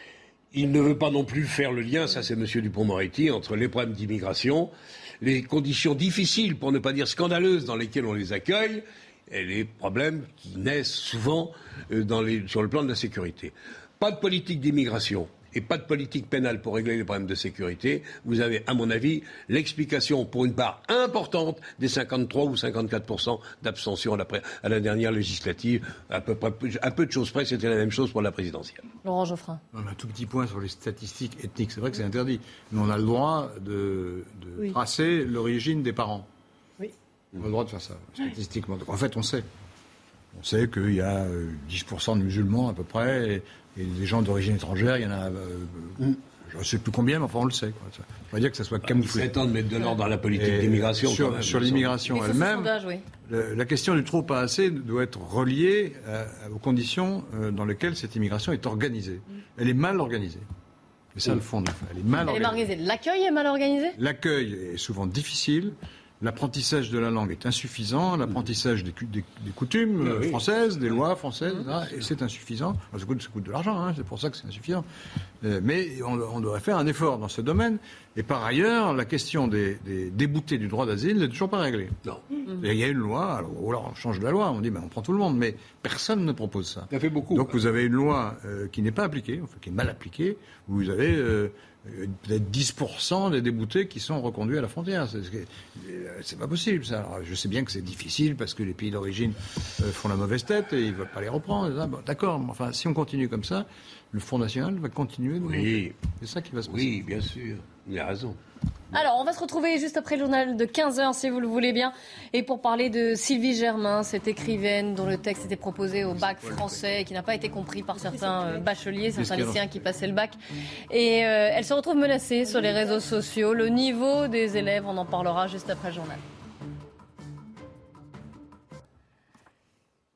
Il ne veut pas non plus faire le lien, ça c'est M. Dupond-Moretti, entre les problèmes d'immigration, les conditions difficiles, pour ne pas dire scandaleuses, dans lesquelles on les accueille, et les problèmes qui naissent souvent dans les, sur le plan de la sécurité. Pas de politique d'immigration et pas de politique pénale pour régler les problèmes de sécurité. Vous avez, à mon avis, l'explication pour une part importante des cinquante-trois ou cinquante-quatre pour cent d'abstention à la, à la dernière législative. À peu près, à peu de choses près, c'était la même chose pour la présidentielle. Laurent Geoffrin. On a un tout petit point sur les statistiques ethniques. C'est vrai que c'est interdit. Mais on a le droit de, de oui. tracer l'origine des parents. Oui. On a le droit de faire ça, statistiquement. En fait, on sait. On sait qu'il y a dix pour cent de musulmans à peu près, et, et des gens d'origine étrangère, il y en a, euh, mm. je ne sais plus combien, mais enfin on le sait. Quoi. Ça ne veut pas dire que ça soit camouflé. Il serait temps de mettre de l'ordre dans la politique et d'immigration. Sur, même, sur l'immigration elle-même, sondage, oui. le, la question du trop pas assez doit être reliée à, aux conditions euh, dans lesquelles cette immigration est organisée. Mm. Elle est mal organisée. C'est ça mm. le fond. Elle est mal Elle est organisée. organisée. L'accueil est mal organisé ? L'accueil est souvent difficile. L'apprentissage de la langue est insuffisant, l'apprentissage des, des, des coutumes euh, oui. françaises, des lois françaises, mmh. et c'est insuffisant. Alors, ça, coûte, ça coûte de l'argent, hein, c'est pour ça que c'est insuffisant. Euh, mais on, on devrait faire un effort dans ce domaine. Et par ailleurs, la question des, des déboutés du droit d'asile n'est toujours pas réglée. Non. Mmh. Il y a une loi, alors, ou alors on change la loi, on dit ben, on prend tout le monde, mais personne ne propose ça. Ça fait beaucoup. Donc vous avez une loi euh, qui n'est pas appliquée, enfin, qui est mal appliquée, où vous avez... Euh, peut-être dix pour cent des déboutés qui sont reconduits à la frontière. C'est, c'est pas possible, ça. Alors, je sais bien que c'est difficile parce que les pays d'origine euh, font la mauvaise tête et ils ne veulent pas les reprendre. Bon, d'accord, mais enfin, si on continue comme ça, le Front National va continuer. De oui. C'est ça qui va se passer. Oui, bien sûr. Il a raison. Alors, on va se retrouver juste après le journal de quinze heures, si vous le voulez bien. Et pour parler de Sylvie Germain, cette écrivaine dont le texte était proposé au bac français et qui n'a pas été compris par certains bacheliers, certains lycéens qui passaient le bac. Et euh, elle se retrouve menacée sur les réseaux sociaux. Le niveau des élèves, on en parlera juste après le journal.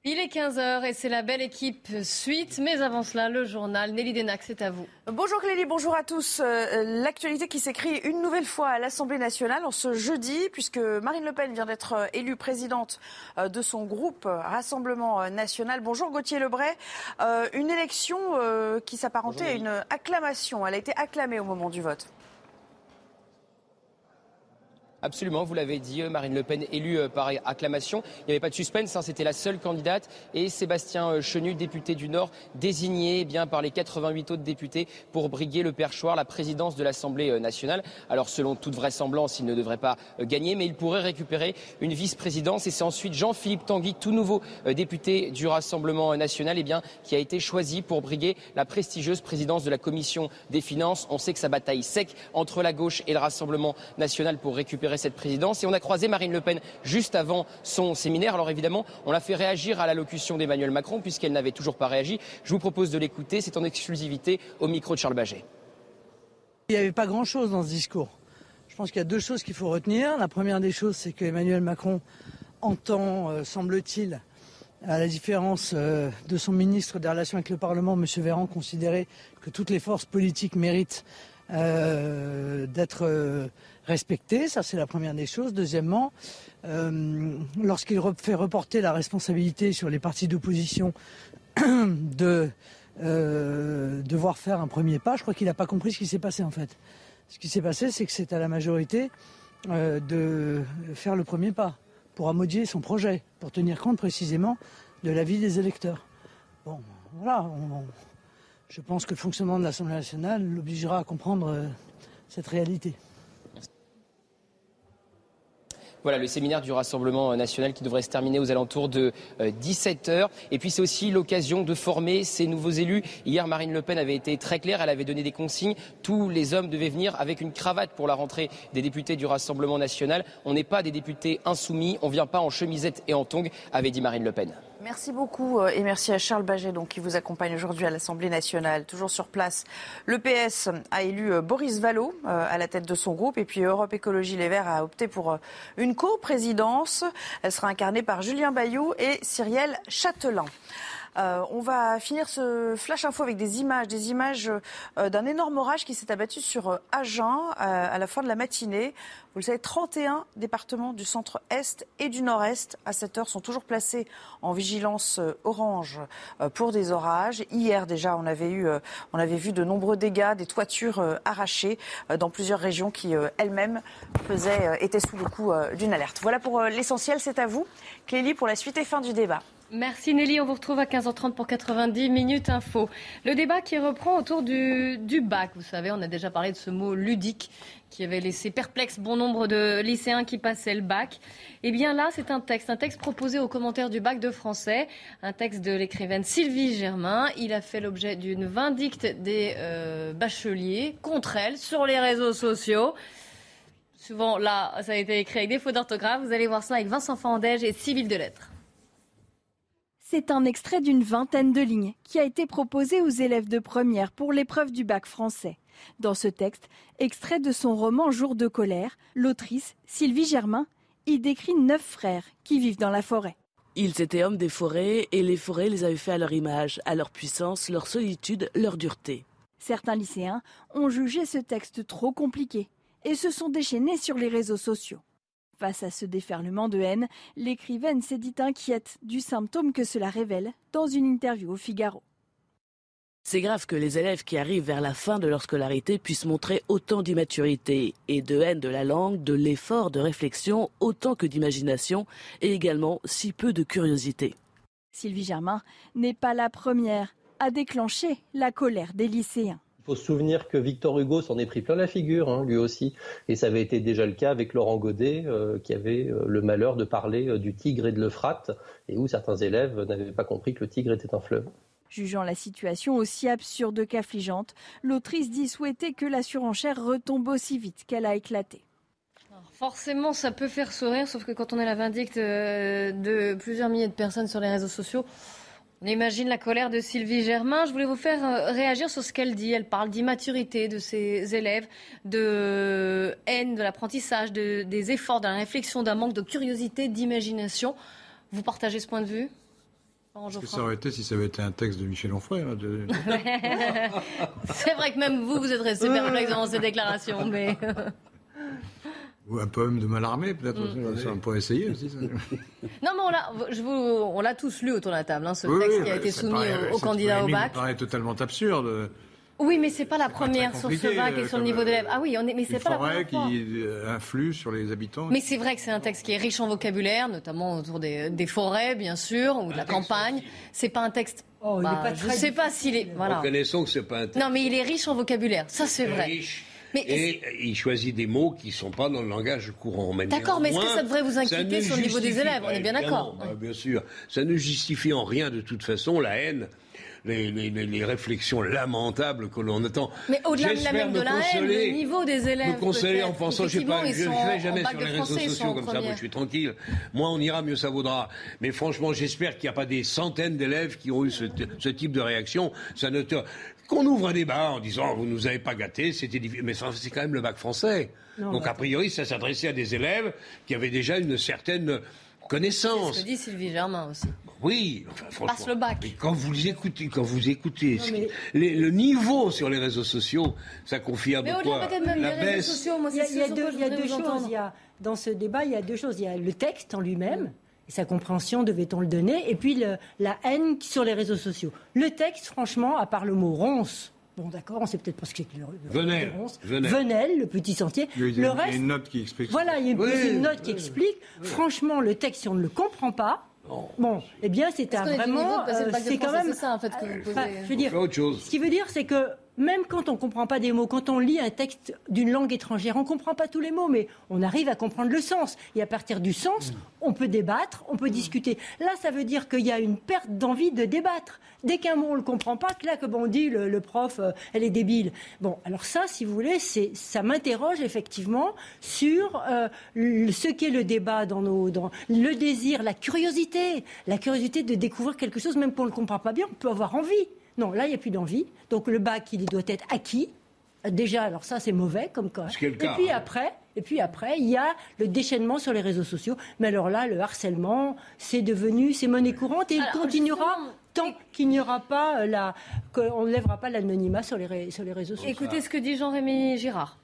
Il est quinze heures et c'est la belle équipe suite. Mais avant cela, le journal. Nelly Denac, c'est à vous. Bonjour Clélie, bonjour à tous. Euh, l'actualité qui s'écrit une nouvelle fois à l'Assemblée nationale en ce jeudi, puisque Marine Le Pen vient d'être élue présidente de son groupe Rassemblement national. Bonjour Gauthier Lebray. Euh, une élection euh, qui s'apparentait à une acclamation. Elle a été acclamée au moment du vote. Absolument, vous l'avez dit, Marine Le Pen élue par acclamation. Il n'y avait pas de suspense, hein, c'était la seule candidate. Et Sébastien Chenu, député du Nord, désigné eh bien, par les quatre-vingt-huit autres députés pour briguer le perchoir, la présidence de l'Assemblée nationale. Alors selon toute vraisemblance, il ne devrait pas gagner, mais il pourrait récupérer une vice-présidence. Et c'est ensuite Jean-Philippe Tanguy, tout nouveau député du Rassemblement national, eh bien, qui a été choisi pour briguer la prestigieuse présidence de la Commission des Finances. On sait que sa bataille sec entre la gauche et le Rassemblement national pour récupérer cette présidence. Et on a croisé Marine Le Pen juste avant son séminaire. Alors évidemment, on l'a fait réagir à l'allocution d'Emmanuel Macron puisqu'elle n'avait toujours pas réagi. Je vous propose de l'écouter. C'est en exclusivité au micro de Charles Baget. Il n'y avait pas grand-chose dans ce discours. Je pense qu'il y a deux choses qu'il faut retenir. La première des choses, c'est qu'Emmanuel Macron entend, euh, semble-t-il, à la différence euh, de son ministre des Relations avec le Parlement, M. Véran, considérer que toutes les forces politiques méritent euh, d'être euh, respectées. Ça, c'est la première des choses. Deuxièmement, euh, lorsqu'il fait reporter la responsabilité sur les partis d'opposition de euh, devoir faire un premier pas, je crois qu'il n'a pas compris ce qui s'est passé en fait. Ce qui s'est passé, c'est que c'est à la majorité euh, de faire le premier pas pour amodier son projet, pour tenir compte précisément de l'avis des électeurs. Bon, voilà, on, on, je pense que le fonctionnement de l'Assemblée nationale l'obligera à comprendre euh, cette réalité. Voilà le séminaire du Rassemblement national qui devrait se terminer aux alentours de dix-sept heures. Et puis c'est aussi l'occasion de former ces nouveaux élus. Hier, Marine Le Pen avait été très claire, elle avait donné des consignes. Tous les hommes devaient venir avec une cravate pour la rentrée des députés du Rassemblement national. On n'est pas des députés insoumis, on ne vient pas en chemisette et en tongs, avait dit Marine Le Pen. Merci beaucoup et merci à Charles Baget donc, qui vous accompagne aujourd'hui à l'Assemblée nationale. Toujours sur place, le P S a élu Boris Vallaud euh, à la tête de son groupe et puis Europe Écologie Les Verts a opté pour euh, une coprésidence. Elle sera incarnée par Julien Bayou et Cyrielle Châtelain. Euh, on va finir ce flash info avec des images, des images euh, d'un énorme orage qui s'est abattu sur euh, Agen euh, à la fin de la matinée. Vous le savez, trente et un départements du centre-est et du nord-est à cette heure sont toujours placés en vigilance euh, orange euh, pour des orages. Hier déjà, on avait eu, euh, on avait vu de nombreux dégâts, des toitures euh, arrachées euh, dans plusieurs régions qui euh, elles-mêmes faisaient, euh, étaient sous le coup euh, d'une alerte. Voilà pour euh, l'essentiel, c'est à vous, Clélie, pour la suite et fin du débat. Merci Nelly, on vous retrouve à quinze heures trente pour quatre-vingt-dix minutes info. Le débat qui reprend autour du, du bac. Vous savez, on a déjà parlé de ce mot ludique qui avait laissé perplexe bon nombre de lycéens qui passaient le bac. Eh bien là, c'est un texte, un texte proposé aux commentaires du bac de français, un texte de l'écrivaine Sylvie Germain. Il a fait l'objet d'une vindicte des euh, bacheliers contre elle sur les réseaux sociaux. Souvent, là, ça a été écrit avec des fautes d'orthographe. Vous allez voir ça avec Vincent Fandège et Civil de Lettres. C'est un extrait d'une vingtaine de lignes qui a été proposé aux élèves de première pour l'épreuve du bac français. Dans ce texte, extrait de son roman Jour de colère, l'autrice, Sylvie Germain, y décrit neuf frères qui vivent dans la forêt. Ils étaient hommes des forêts et les forêts les avaient fait à leur image, à leur puissance, leur solitude, leur dureté. Certains lycéens ont jugé ce texte trop compliqué et se sont déchaînés sur les réseaux sociaux. Face à ce déferlement de haine, l'écrivaine s'est dit inquiète du symptôme que cela révèle dans une interview au Figaro. C'est grave que les élèves qui arrivent vers la fin de leur scolarité puissent montrer autant d'immaturité et de haine de la langue, de l'effort de réflexion, autant que d'imagination et également si peu de curiosité. Sylvie Germain n'est pas la première à déclencher la colère des lycéens. Il faut se souvenir que Victor Hugo s'en est pris plein la figure, hein, lui aussi. Et ça avait été déjà le cas avec Laurent Godet, euh, qui avait euh, le malheur de parler euh, du Tigre et de l'Euphrate, et où certains élèves n'avaient pas compris que le Tigre était un fleuve. Jugeant la situation aussi absurde qu'affligeante, l'autrice dit souhaiter que la surenchère retombe aussi vite qu'elle a éclaté. Alors forcément, ça peut faire sourire, sauf que quand on est la vindicte de plusieurs milliers de personnes sur les réseaux sociaux, on imagine la colère de Sylvie Germain. Je voulais vous faire réagir sur ce qu'elle dit. Elle parle d'immaturité de ses élèves, de haine, de l'apprentissage, de, des efforts, de la réflexion, d'un manque de curiosité, d'imagination. Vous partagez ce point de vue ? Qu'est-ce que ça aurait été si ça avait été un texte de Michel Onfray hein, de... C'est vrai que même vous, vous êtes resté perplexe dans ces déclarations, mais... Ou un poème de Mallarmé, peut-être. Mm. Ça, on pourrait essayer aussi. Ça. Non, mais on l'a, je vous, on l'a tous lu autour de la table, hein, ce oui, texte oui, qui a été soumis paraît, aux, aux candidats au bac. Ça paraît totalement absurde. Oui, mais c'est pas la première sur ce bac et sur le niveau d'élèves. Ah oui, on est, mais c'est pas la première fois. Une forêt qui influe sur les habitants. Mais c'est vrai que c'est un texte qui est riche en vocabulaire, notamment autour des, des forêts, bien sûr, ou de la campagne. C'est pas un texte. Oh, bah, il est pas je sais pas s'il est. Voilà. Reconnaissons que c'est pas un texte. Non, mais il est riche en vocabulaire. Ça, c'est vrai. Riche. Mais et il choisit des mots qui ne sont pas dans le langage courant. Mais d'accord, mais est-ce que ça devrait vous inquiéter sur le niveau des élèves? On est bien d'accord. Bah, bien sûr. Ça ne justifie en rien, de toute façon, la haine. Les, les, les réflexions lamentables que l'on attend. Mais au-delà de la même de la haine, le niveau des élèves. Me consoler en pensant, je ne vais jamais sur les réseaux sociaux comme ça, moi je suis tranquille. Moins on ira, mieux ça vaudra. Mais franchement, j'espère qu'il n'y a pas des centaines d'élèves qui ont eu ce, ce type de réaction. Ça ne te... Qu'on ouvre un débat en disant vous nous avez pas gâtés, c'était difficile. Mais c'est quand même le bac français. Non, donc bah... a priori, ça s'adressait à des élèves qui avaient déjà une certaine connaissance. C'est ce que dit Sylvie Germain aussi. Oui, enfin, franchement. Passe le bac. Mais quand vous écoutez, quand vous écoutez, non, mais... les, le niveau sur les réseaux sociaux, ça confirme mais quoi peut-être même la les baisse. Réseaux sociaux, moi, il y a, il y a deux, il y a deux choses. Il y a, dans ce débat, il y a deux choses. Il y a le texte en lui-même. Et sa compréhension, devait-on le donner, et puis le, la haine sur les réseaux sociaux. Le texte, franchement, à part le mot ronce. Bon, d'accord, on sait peut-être pas ce que c'est que le Venelle. Venelle. Venelle, le petit sentier. Il y a, le reste, il y a une note qui explique. Voilà, il y a une, oui, une note oui, qui explique. Oui. Franchement, le texte, si on ne le comprend pas, non. Bon, eh bien, c'est un vraiment. Euh, c'est quand même. C'est ça, en fait, que vous posez. Enfin, je veux dire, autre chose. Ce qui veut dire, c'est que même quand on ne comprend pas des mots, quand on lit un texte d'une langue étrangère, on ne comprend pas tous les mots, mais on arrive à comprendre le sens. Et à partir du sens, on peut débattre, on peut discuter. Là, ça veut dire qu'il y a une perte d'envie de débattre. Dès qu'un mot, on ne le comprend pas, que là, comme on dit, le, le prof, euh, elle est débile. Bon, alors ça, si vous voulez, c'est, ça m'interroge effectivement sur euh, le, ce qu'est le débat dans nos... Dans le désir, la curiosité. La curiosité de découvrir quelque chose, même qu'on ne le comprend pas bien, on peut avoir envie. Non, là, il n'y a plus d'envie. Donc, le bac, il doit être acquis. Déjà, alors ça, c'est mauvais comme cas. Et puis après, et puis après, il y a le déchaînement sur les réseaux sociaux. Mais alors là, le harcèlement, c'est devenu, c'est monnaie courante et alors, il continuera tant qu'il n'y aura pas la, qu'on ne lèvera pas l'anonymat sur les, sur les réseaux sociaux. Écoutez ce que dit Jean-Rémy Girard.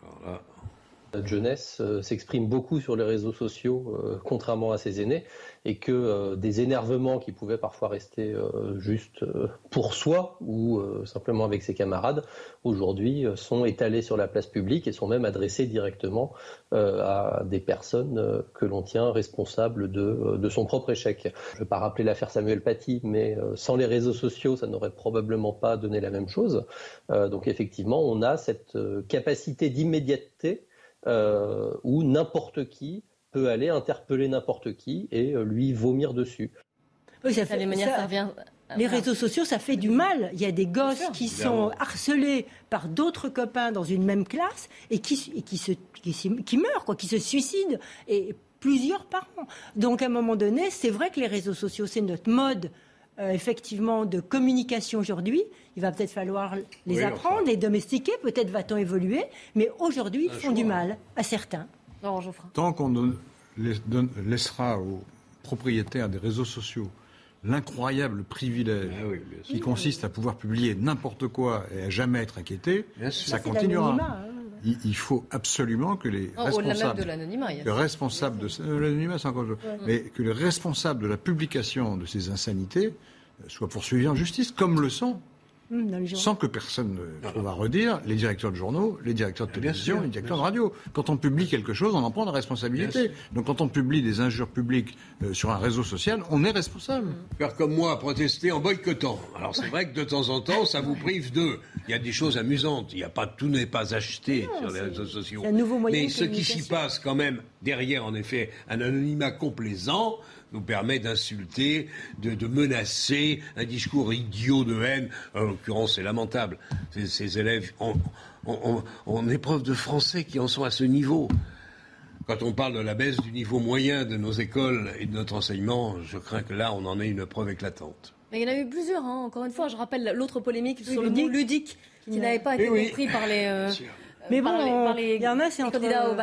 Notre jeunesse euh, s'exprime beaucoup sur les réseaux sociaux, euh, contrairement à ses aînés, et que euh, des énervements qui pouvaient parfois rester euh, juste euh, pour soi ou euh, simplement avec ses camarades, aujourd'hui euh, sont étalés sur la place publique et sont même adressés directement euh, à des personnes euh, que l'on tient responsables de, euh, de son propre échec. Je ne vais pas rappeler l'affaire Samuel Paty, mais euh, sans les réseaux sociaux, ça n'aurait probablement pas donné la même chose. Euh, donc effectivement, on a cette euh, capacité d'immédiateté Euh, où n'importe qui peut aller interpeller n'importe qui et euh, lui vomir dessus. Oui, ça fait, les, manières, ça, ça revient... les réseaux sociaux, ça fait du mal. Il y a des gosses sûr, qui évidemment. sont harcelés par d'autres copains dans une même classe et qui, et qui, se, qui, qui meurent, quoi, qui se suicident, et plusieurs par an. Donc à un moment donné, c'est vrai que les réseaux sociaux, c'est notre mode Euh, effectivement de communication aujourd'hui. Il va peut-être falloir les oui, apprendre, enfin. les domestiquer, peut-être va-t-on évoluer, mais aujourd'hui, ils font choix. du mal à certains. Non, Tant qu'on donne, les, donne, laissera aux propriétaires des réseaux sociaux l'incroyable privilège ah oui, qui consiste à pouvoir publier n'importe quoi et à jamais être inquiété, ça continuera. Il, il faut absolument que les oh, responsables, de l'anonymat, les responsables de l'anonymat, c'est encore ouais. mais que les responsables de la publication de ces insanités soient poursuivis en justice, comme le sont, mmh, sans que personne ne trouve à redire, les directeurs de journaux, les directeurs de télévision, sûr, les directeurs de radio. Quand on publie quelque chose, on en prend la responsabilité. Donc quand on publie des injures publiques euh, sur un réseau social, on est responsable. Faire comme moi, protester en boycottant. Alors c'est vrai que de temps en temps, ça vous prive d'eux. Il y a des choses amusantes. Il y a pas, tout n'est pas acheté non, sur les réseaux sociaux. Un nouveau moyen Mais ce qui s'y passe quand même derrière, en effet, un anonymat complaisant nous permet d'insulter, de, de menacer, un discours idiot de haine. En l'occurrence, c'est lamentable. Ces, ces élèves en, en, en, en épreuve de français qui en sont à ce niveau. Quand on parle de la baisse du niveau moyen de nos écoles et de notre enseignement, je crains que là, on en ait une preuve éclatante. Mais il y en a eu plusieurs, hein. Encore une fois. Je rappelle l'autre polémique oui, sur le mot ludique, qui n'avait pas été oui. compris par les, euh, mais bon, par les, par les il y en a, c'est candidats entre, au bac.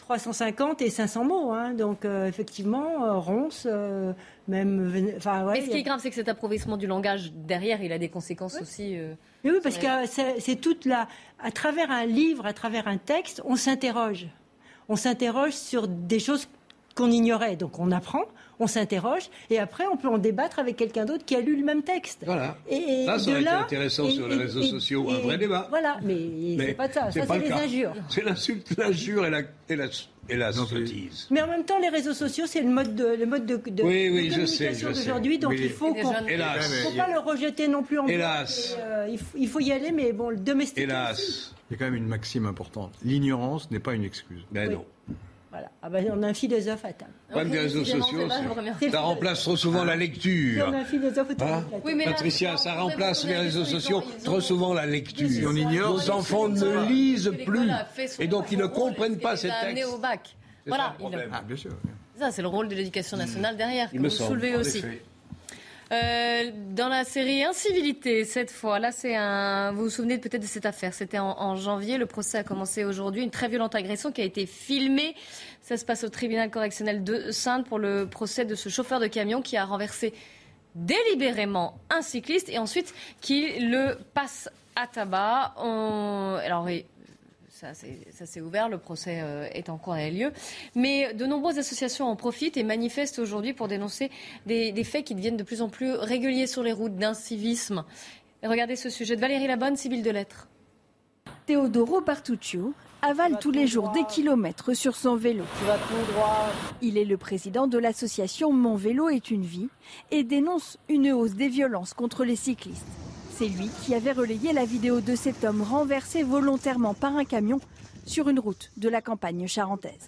trois cent cinquante et cinq cents mots. Hein. Donc, euh, effectivement, euh, ronce, euh, même... Enfin, ouais, Mais ce qui est grave, c'est que cet appauvrissement du langage, derrière, il a des conséquences ouais. aussi... Euh, Mais oui, parce que c'est, c'est toute la... À travers un livre, à travers un texte, on s'interroge. On s'interroge sur des choses qu'on ignorait. Donc, on apprend, on s'interroge, et après, on peut en débattre avec quelqu'un d'autre qui a lu le même texte. Voilà. Et, et ça, ça aurait là, été intéressant et, sur les et, réseaux et, sociaux, et, un vrai débat. Voilà, mais, mais c'est pas ça. C'est ça, pas c'est les cas. injures. C'est l'insulte, l'injure et la, et la, et la sottise. Mais en même temps, les réseaux sociaux, c'est le mode de, le mode de, de, oui, oui, de je sais, communication je d'aujourd'hui, sais. donc mais il faut qu'on... Il ne faut pas le rejeter non plus en bloc. Hélas. Et, euh, il, faut, il faut y aller, mais bon, le domestiquer. Hélas. Aussi. Il y a quand même une maxime importante. L'ignorance n'est pas une excuse. Ben oui. non. Voilà. Ah ben, on a un philosophe à table. Le problème des réseaux sociaux, ça, ça remplace trop souvent la lecture. On a un philosophe à table. Hein oui, Patricia, là, ça remplace les réseaux sociaux trop souvent la lecture. Si on ignore, nos enfants ne lisent plus. Et donc, ils ne comprennent pas ces textes. Au bac. Voilà. Ah, bien sûr. Ça, c'est le rôle de l'éducation nationale derrière, que Il me vous semble, soulevez aussi. Effet. Euh, dans la série Incivilité, cette fois, là, c'est un. Vous vous souvenez peut-être de cette affaire. C'était en, en janvier. Le procès a commencé aujourd'hui. Une très violente agression qui a été filmée. Ça se passe au tribunal correctionnel de Saintes pour le procès de ce chauffeur de camion qui a renversé délibérément un cycliste et ensuite qui le passe à tabac. On... Alors oui. Ça c'est, ça c'est ouvert, le procès euh, est en cours et a lieu. Mais de nombreuses associations en profitent et manifestent aujourd'hui pour dénoncer des, des faits qui deviennent de plus en plus réguliers sur les routes, d'incivisme. Et regardez ce sujet de Valérie Labonne, Sibylle Delettre. Teodoro Bartuccio avale tous les jours des kilomètres sur son vélo. Il est le président de l'association Mon Vélo est une vie et dénonce une hausse des violences contre les cyclistes. C'est lui qui avait relayé la vidéo de cet homme renversé volontairement par un camion sur une route de la campagne charentaise.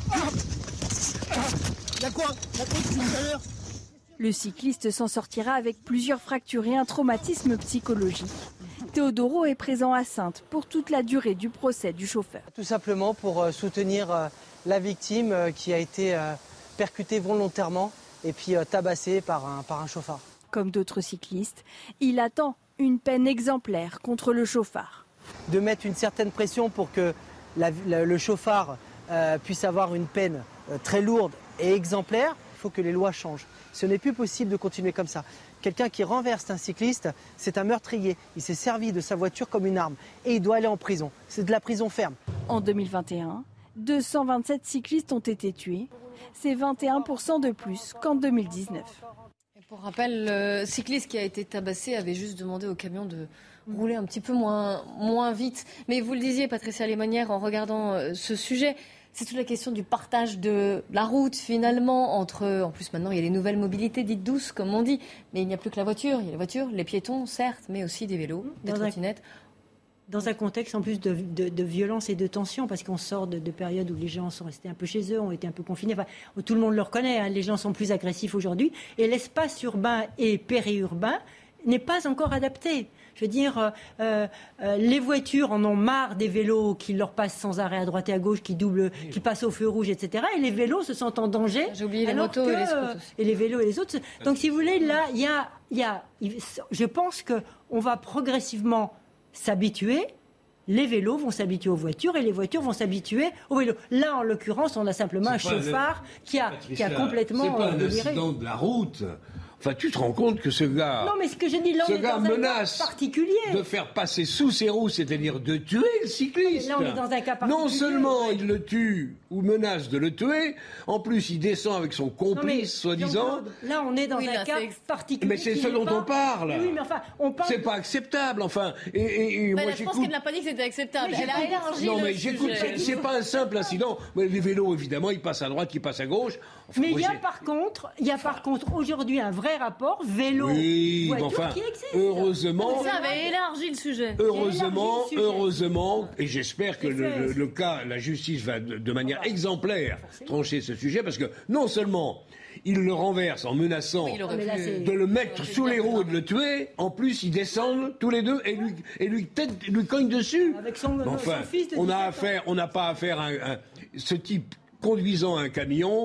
Le cycliste s'en sortira avec plusieurs fractures et un traumatisme psychologique. Teodoro est présent à Saintes pour toute la durée du procès du chauffeur. Tout simplement pour soutenir la victime qui a été percutée volontairement et puis tabassée par un, par un chauffard. Comme d'autres cyclistes, il attend une peine exemplaire contre le chauffard. De mettre une certaine pression pour que la, la, le chauffard euh, puisse avoir une peine euh, très lourde et exemplaire, il faut que les lois changent. Ce n'est plus possible de continuer comme ça. Quelqu'un qui renverse un cycliste, c'est un meurtrier. Il s'est servi de sa voiture comme une arme et il doit aller en prison. C'est de la prison ferme. En deux mille vingt et un, deux cent vingt-sept cyclistes ont été tués. C'est vingt et un pour cent de plus qu'en deux mille dix-neuf. Pour rappel, le cycliste qui a été tabassé avait juste demandé au camion de rouler un petit peu moins, moins vite. Mais vous le disiez, Patricia Lémonière, en regardant ce sujet, c'est toute la question du partage de la route, finalement, entre... En plus, maintenant, il y a les nouvelles mobilités dites douces, comme on dit. Mais il n'y a plus que la voiture. Il y a la voiture, les piétons, certes, mais aussi des vélos, des trottinettes. Dans un contexte en plus de, de, de violence et de tension, parce qu'on sort de, de périodes où les gens sont restés un peu chez eux, ont été un peu confinés. Enfin, tout le monde le reconnaît, hein, les gens sont plus agressifs aujourd'hui. Et l'espace urbain et périurbain n'est pas encore adapté. Je veux dire, euh, euh, les voitures en ont marre des vélos qui leur passent sans arrêt à droite et à gauche, qui doublent, qui passent au feu rouge, et cetera. Et les vélos se sentent en danger. J'ai oublié les motos que, et les scooters. Et les vélos et les autres. Donc, si vous voulez, là, il y a, y a, je pense qu'on va progressivement s'habituer. Les vélos vont s'habituer aux voitures et les voitures vont s'habituer aux vélos. Là, en l'occurrence, on a simplement c'est un chauffard un... qui, a, qui a complètement c'est pas un déliré. Incident de la route. Enfin, tu te rends compte que ce gars, non, mais ce que j'ai dit, là, ce on est gars dans menace un cas particulier. de faire passer sous ses roues, c'est-à-dire de tuer le cycliste. Là, on est dans un cas particulier. Non seulement il le tue ou menace de le tuer, en plus il descend avec son complice, soi-disant. Là, on est dans oui, un là, cas c'est... particulier. Mais c'est ce dont pas... on parle. Oui, mais enfin, on parle. C'est pas acceptable, enfin. Et, et, et bah, moi, je pense qu'elle n'a pas dit que c'était acceptable. Elle a élargi non, le mais j'écoute. sujet. C'est, c'est pas un simple incident. Les vélos, évidemment, ils passent à droite, ils passent à gauche. Enfin, mais il y a par contre, il y a par contre aujourd'hui un vrai rapport vélo. Oui, voiture enfin, qui existe. heureusement. Ça avait élargi le sujet. Heureusement, le sujet. heureusement, et j'espère que le, le, le cas, la justice va de, de manière exemplaire trancher ce sujet, parce que non seulement il le renverse en menaçant oui, pu... de le mettre sous les roues et de le tuer, en plus ils descendent tous les deux et lui, et lui, tête, lui cognent dessus. Avec son, enfin, son fils de on a affaire, on n'a pas affaire à un, un, ce type conduisant un camion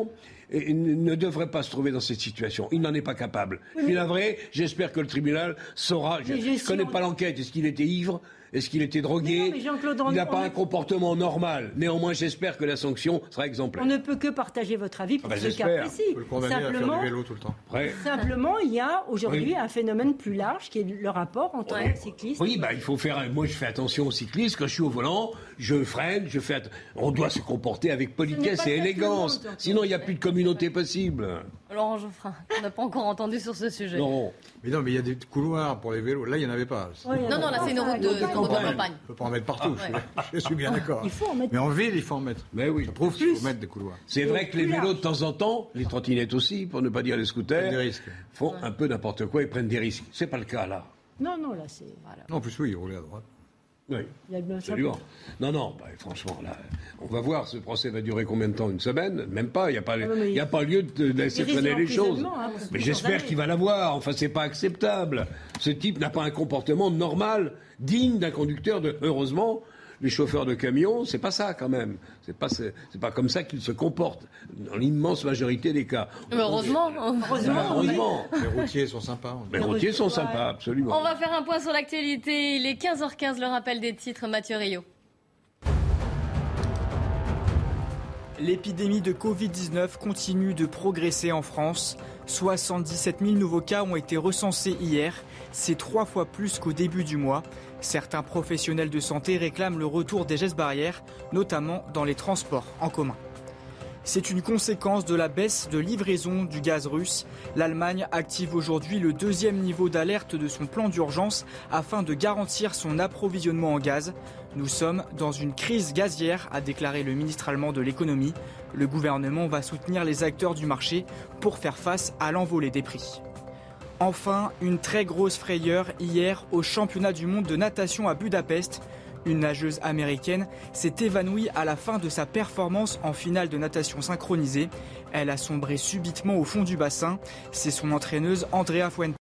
ne devrait pas se trouver dans cette situation. Il n'en est pas capable. Oui, je suis navré, j'espère que le tribunal saura. Je ne connais pas l'enquête. Est-ce qu'il était ivre ? Est-ce qu'il était drogué ? mais non, mais il n'a pas on... un comportement normal. Néanmoins, j'espère que la sanction sera exemplaire. On ne peut que partager votre avis pour ah ben ce cas précis. On peut le condamner simplement, à faire du vélo tout le temps. Ouais. Simplement, il y a aujourd'hui oui. un phénomène plus large qui est le rapport entre ouais. les cyclistes. Oui, bah, il faut faire. Moi, je fais attention aux cyclistes. Quand je suis au volant, je freine, je fais. On doit se comporter avec politesse et élégance. Monde, sinon, il n'y a plus de communauté possible. Laurent Geoffrin, on n'a pas encore entendu sur ce sujet. Non. Mais non, mais il y a des couloirs pour les vélos. Là, il n'y en avait pas. Ouais, non, non, là, c'est une route de, de campagne. campagne. On ne peut pas en mettre partout. Ah, ouais. je, je suis bien d'accord. Il faut en mettre. Mais en ville, il faut en mettre. Mais oui. Ça prouve qu'il faut mettre des couloirs. C'est vrai que les vélos, de temps en temps, les trottinettes aussi, pour ne pas dire les scooters, des risques. font ouais. un peu n'importe quoi et prennent des risques. C'est pas le cas là. Non, non, là, c'est. Voilà. Non, en plus, oui, ils roulaient à droite. Oui, absolument. Non, non, bah, franchement, là, on va voir, ce procès va durer combien de temps ? Une semaine ? Même pas, il n'y a, ah, a pas lieu de laisser traîner les choses. Hein, mais j'espère qu'il va l'avoir, enfin, c'est pas acceptable. Ce type n'a pas un comportement normal, digne d'un conducteur de... Heureusement, les chauffeurs de camions, c'est pas ça quand même. C'est pas, c'est, c'est pas comme ça qu'ils se comportent, dans l'immense majorité des cas. Mais heureusement. Heureusement. heureusement. Les routiers sont sympas. Les routiers sont sympas, absolument. On va faire un point sur l'actualité. Il est quinze heures quinze, le rappel des titres, Mathieu Rio. L'épidémie de covid dix-neuf continue de progresser en France. soixante-dix-sept mille nouveaux cas ont été recensés hier. C'est trois fois plus qu'au début du mois. Certains professionnels de santé réclament le retour des gestes barrières, notamment dans les transports en commun. C'est une conséquence de la baisse de livraison du gaz russe. L'Allemagne active aujourd'hui le deuxième niveau d'alerte de son plan d'urgence afin de garantir son approvisionnement en gaz. Nous sommes dans une crise gazière, a déclaré le ministre allemand de l'économie. Le gouvernement va soutenir les acteurs du marché pour faire face à l'envolée des prix. Enfin, une très grosse frayeur hier au championnat du monde de natation à Budapest. Une nageuse américaine s'est évanouie à la fin de sa performance en finale de natation synchronisée. Elle a sombré subitement au fond du bassin. C'est son entraîneuse Andrea Fuentes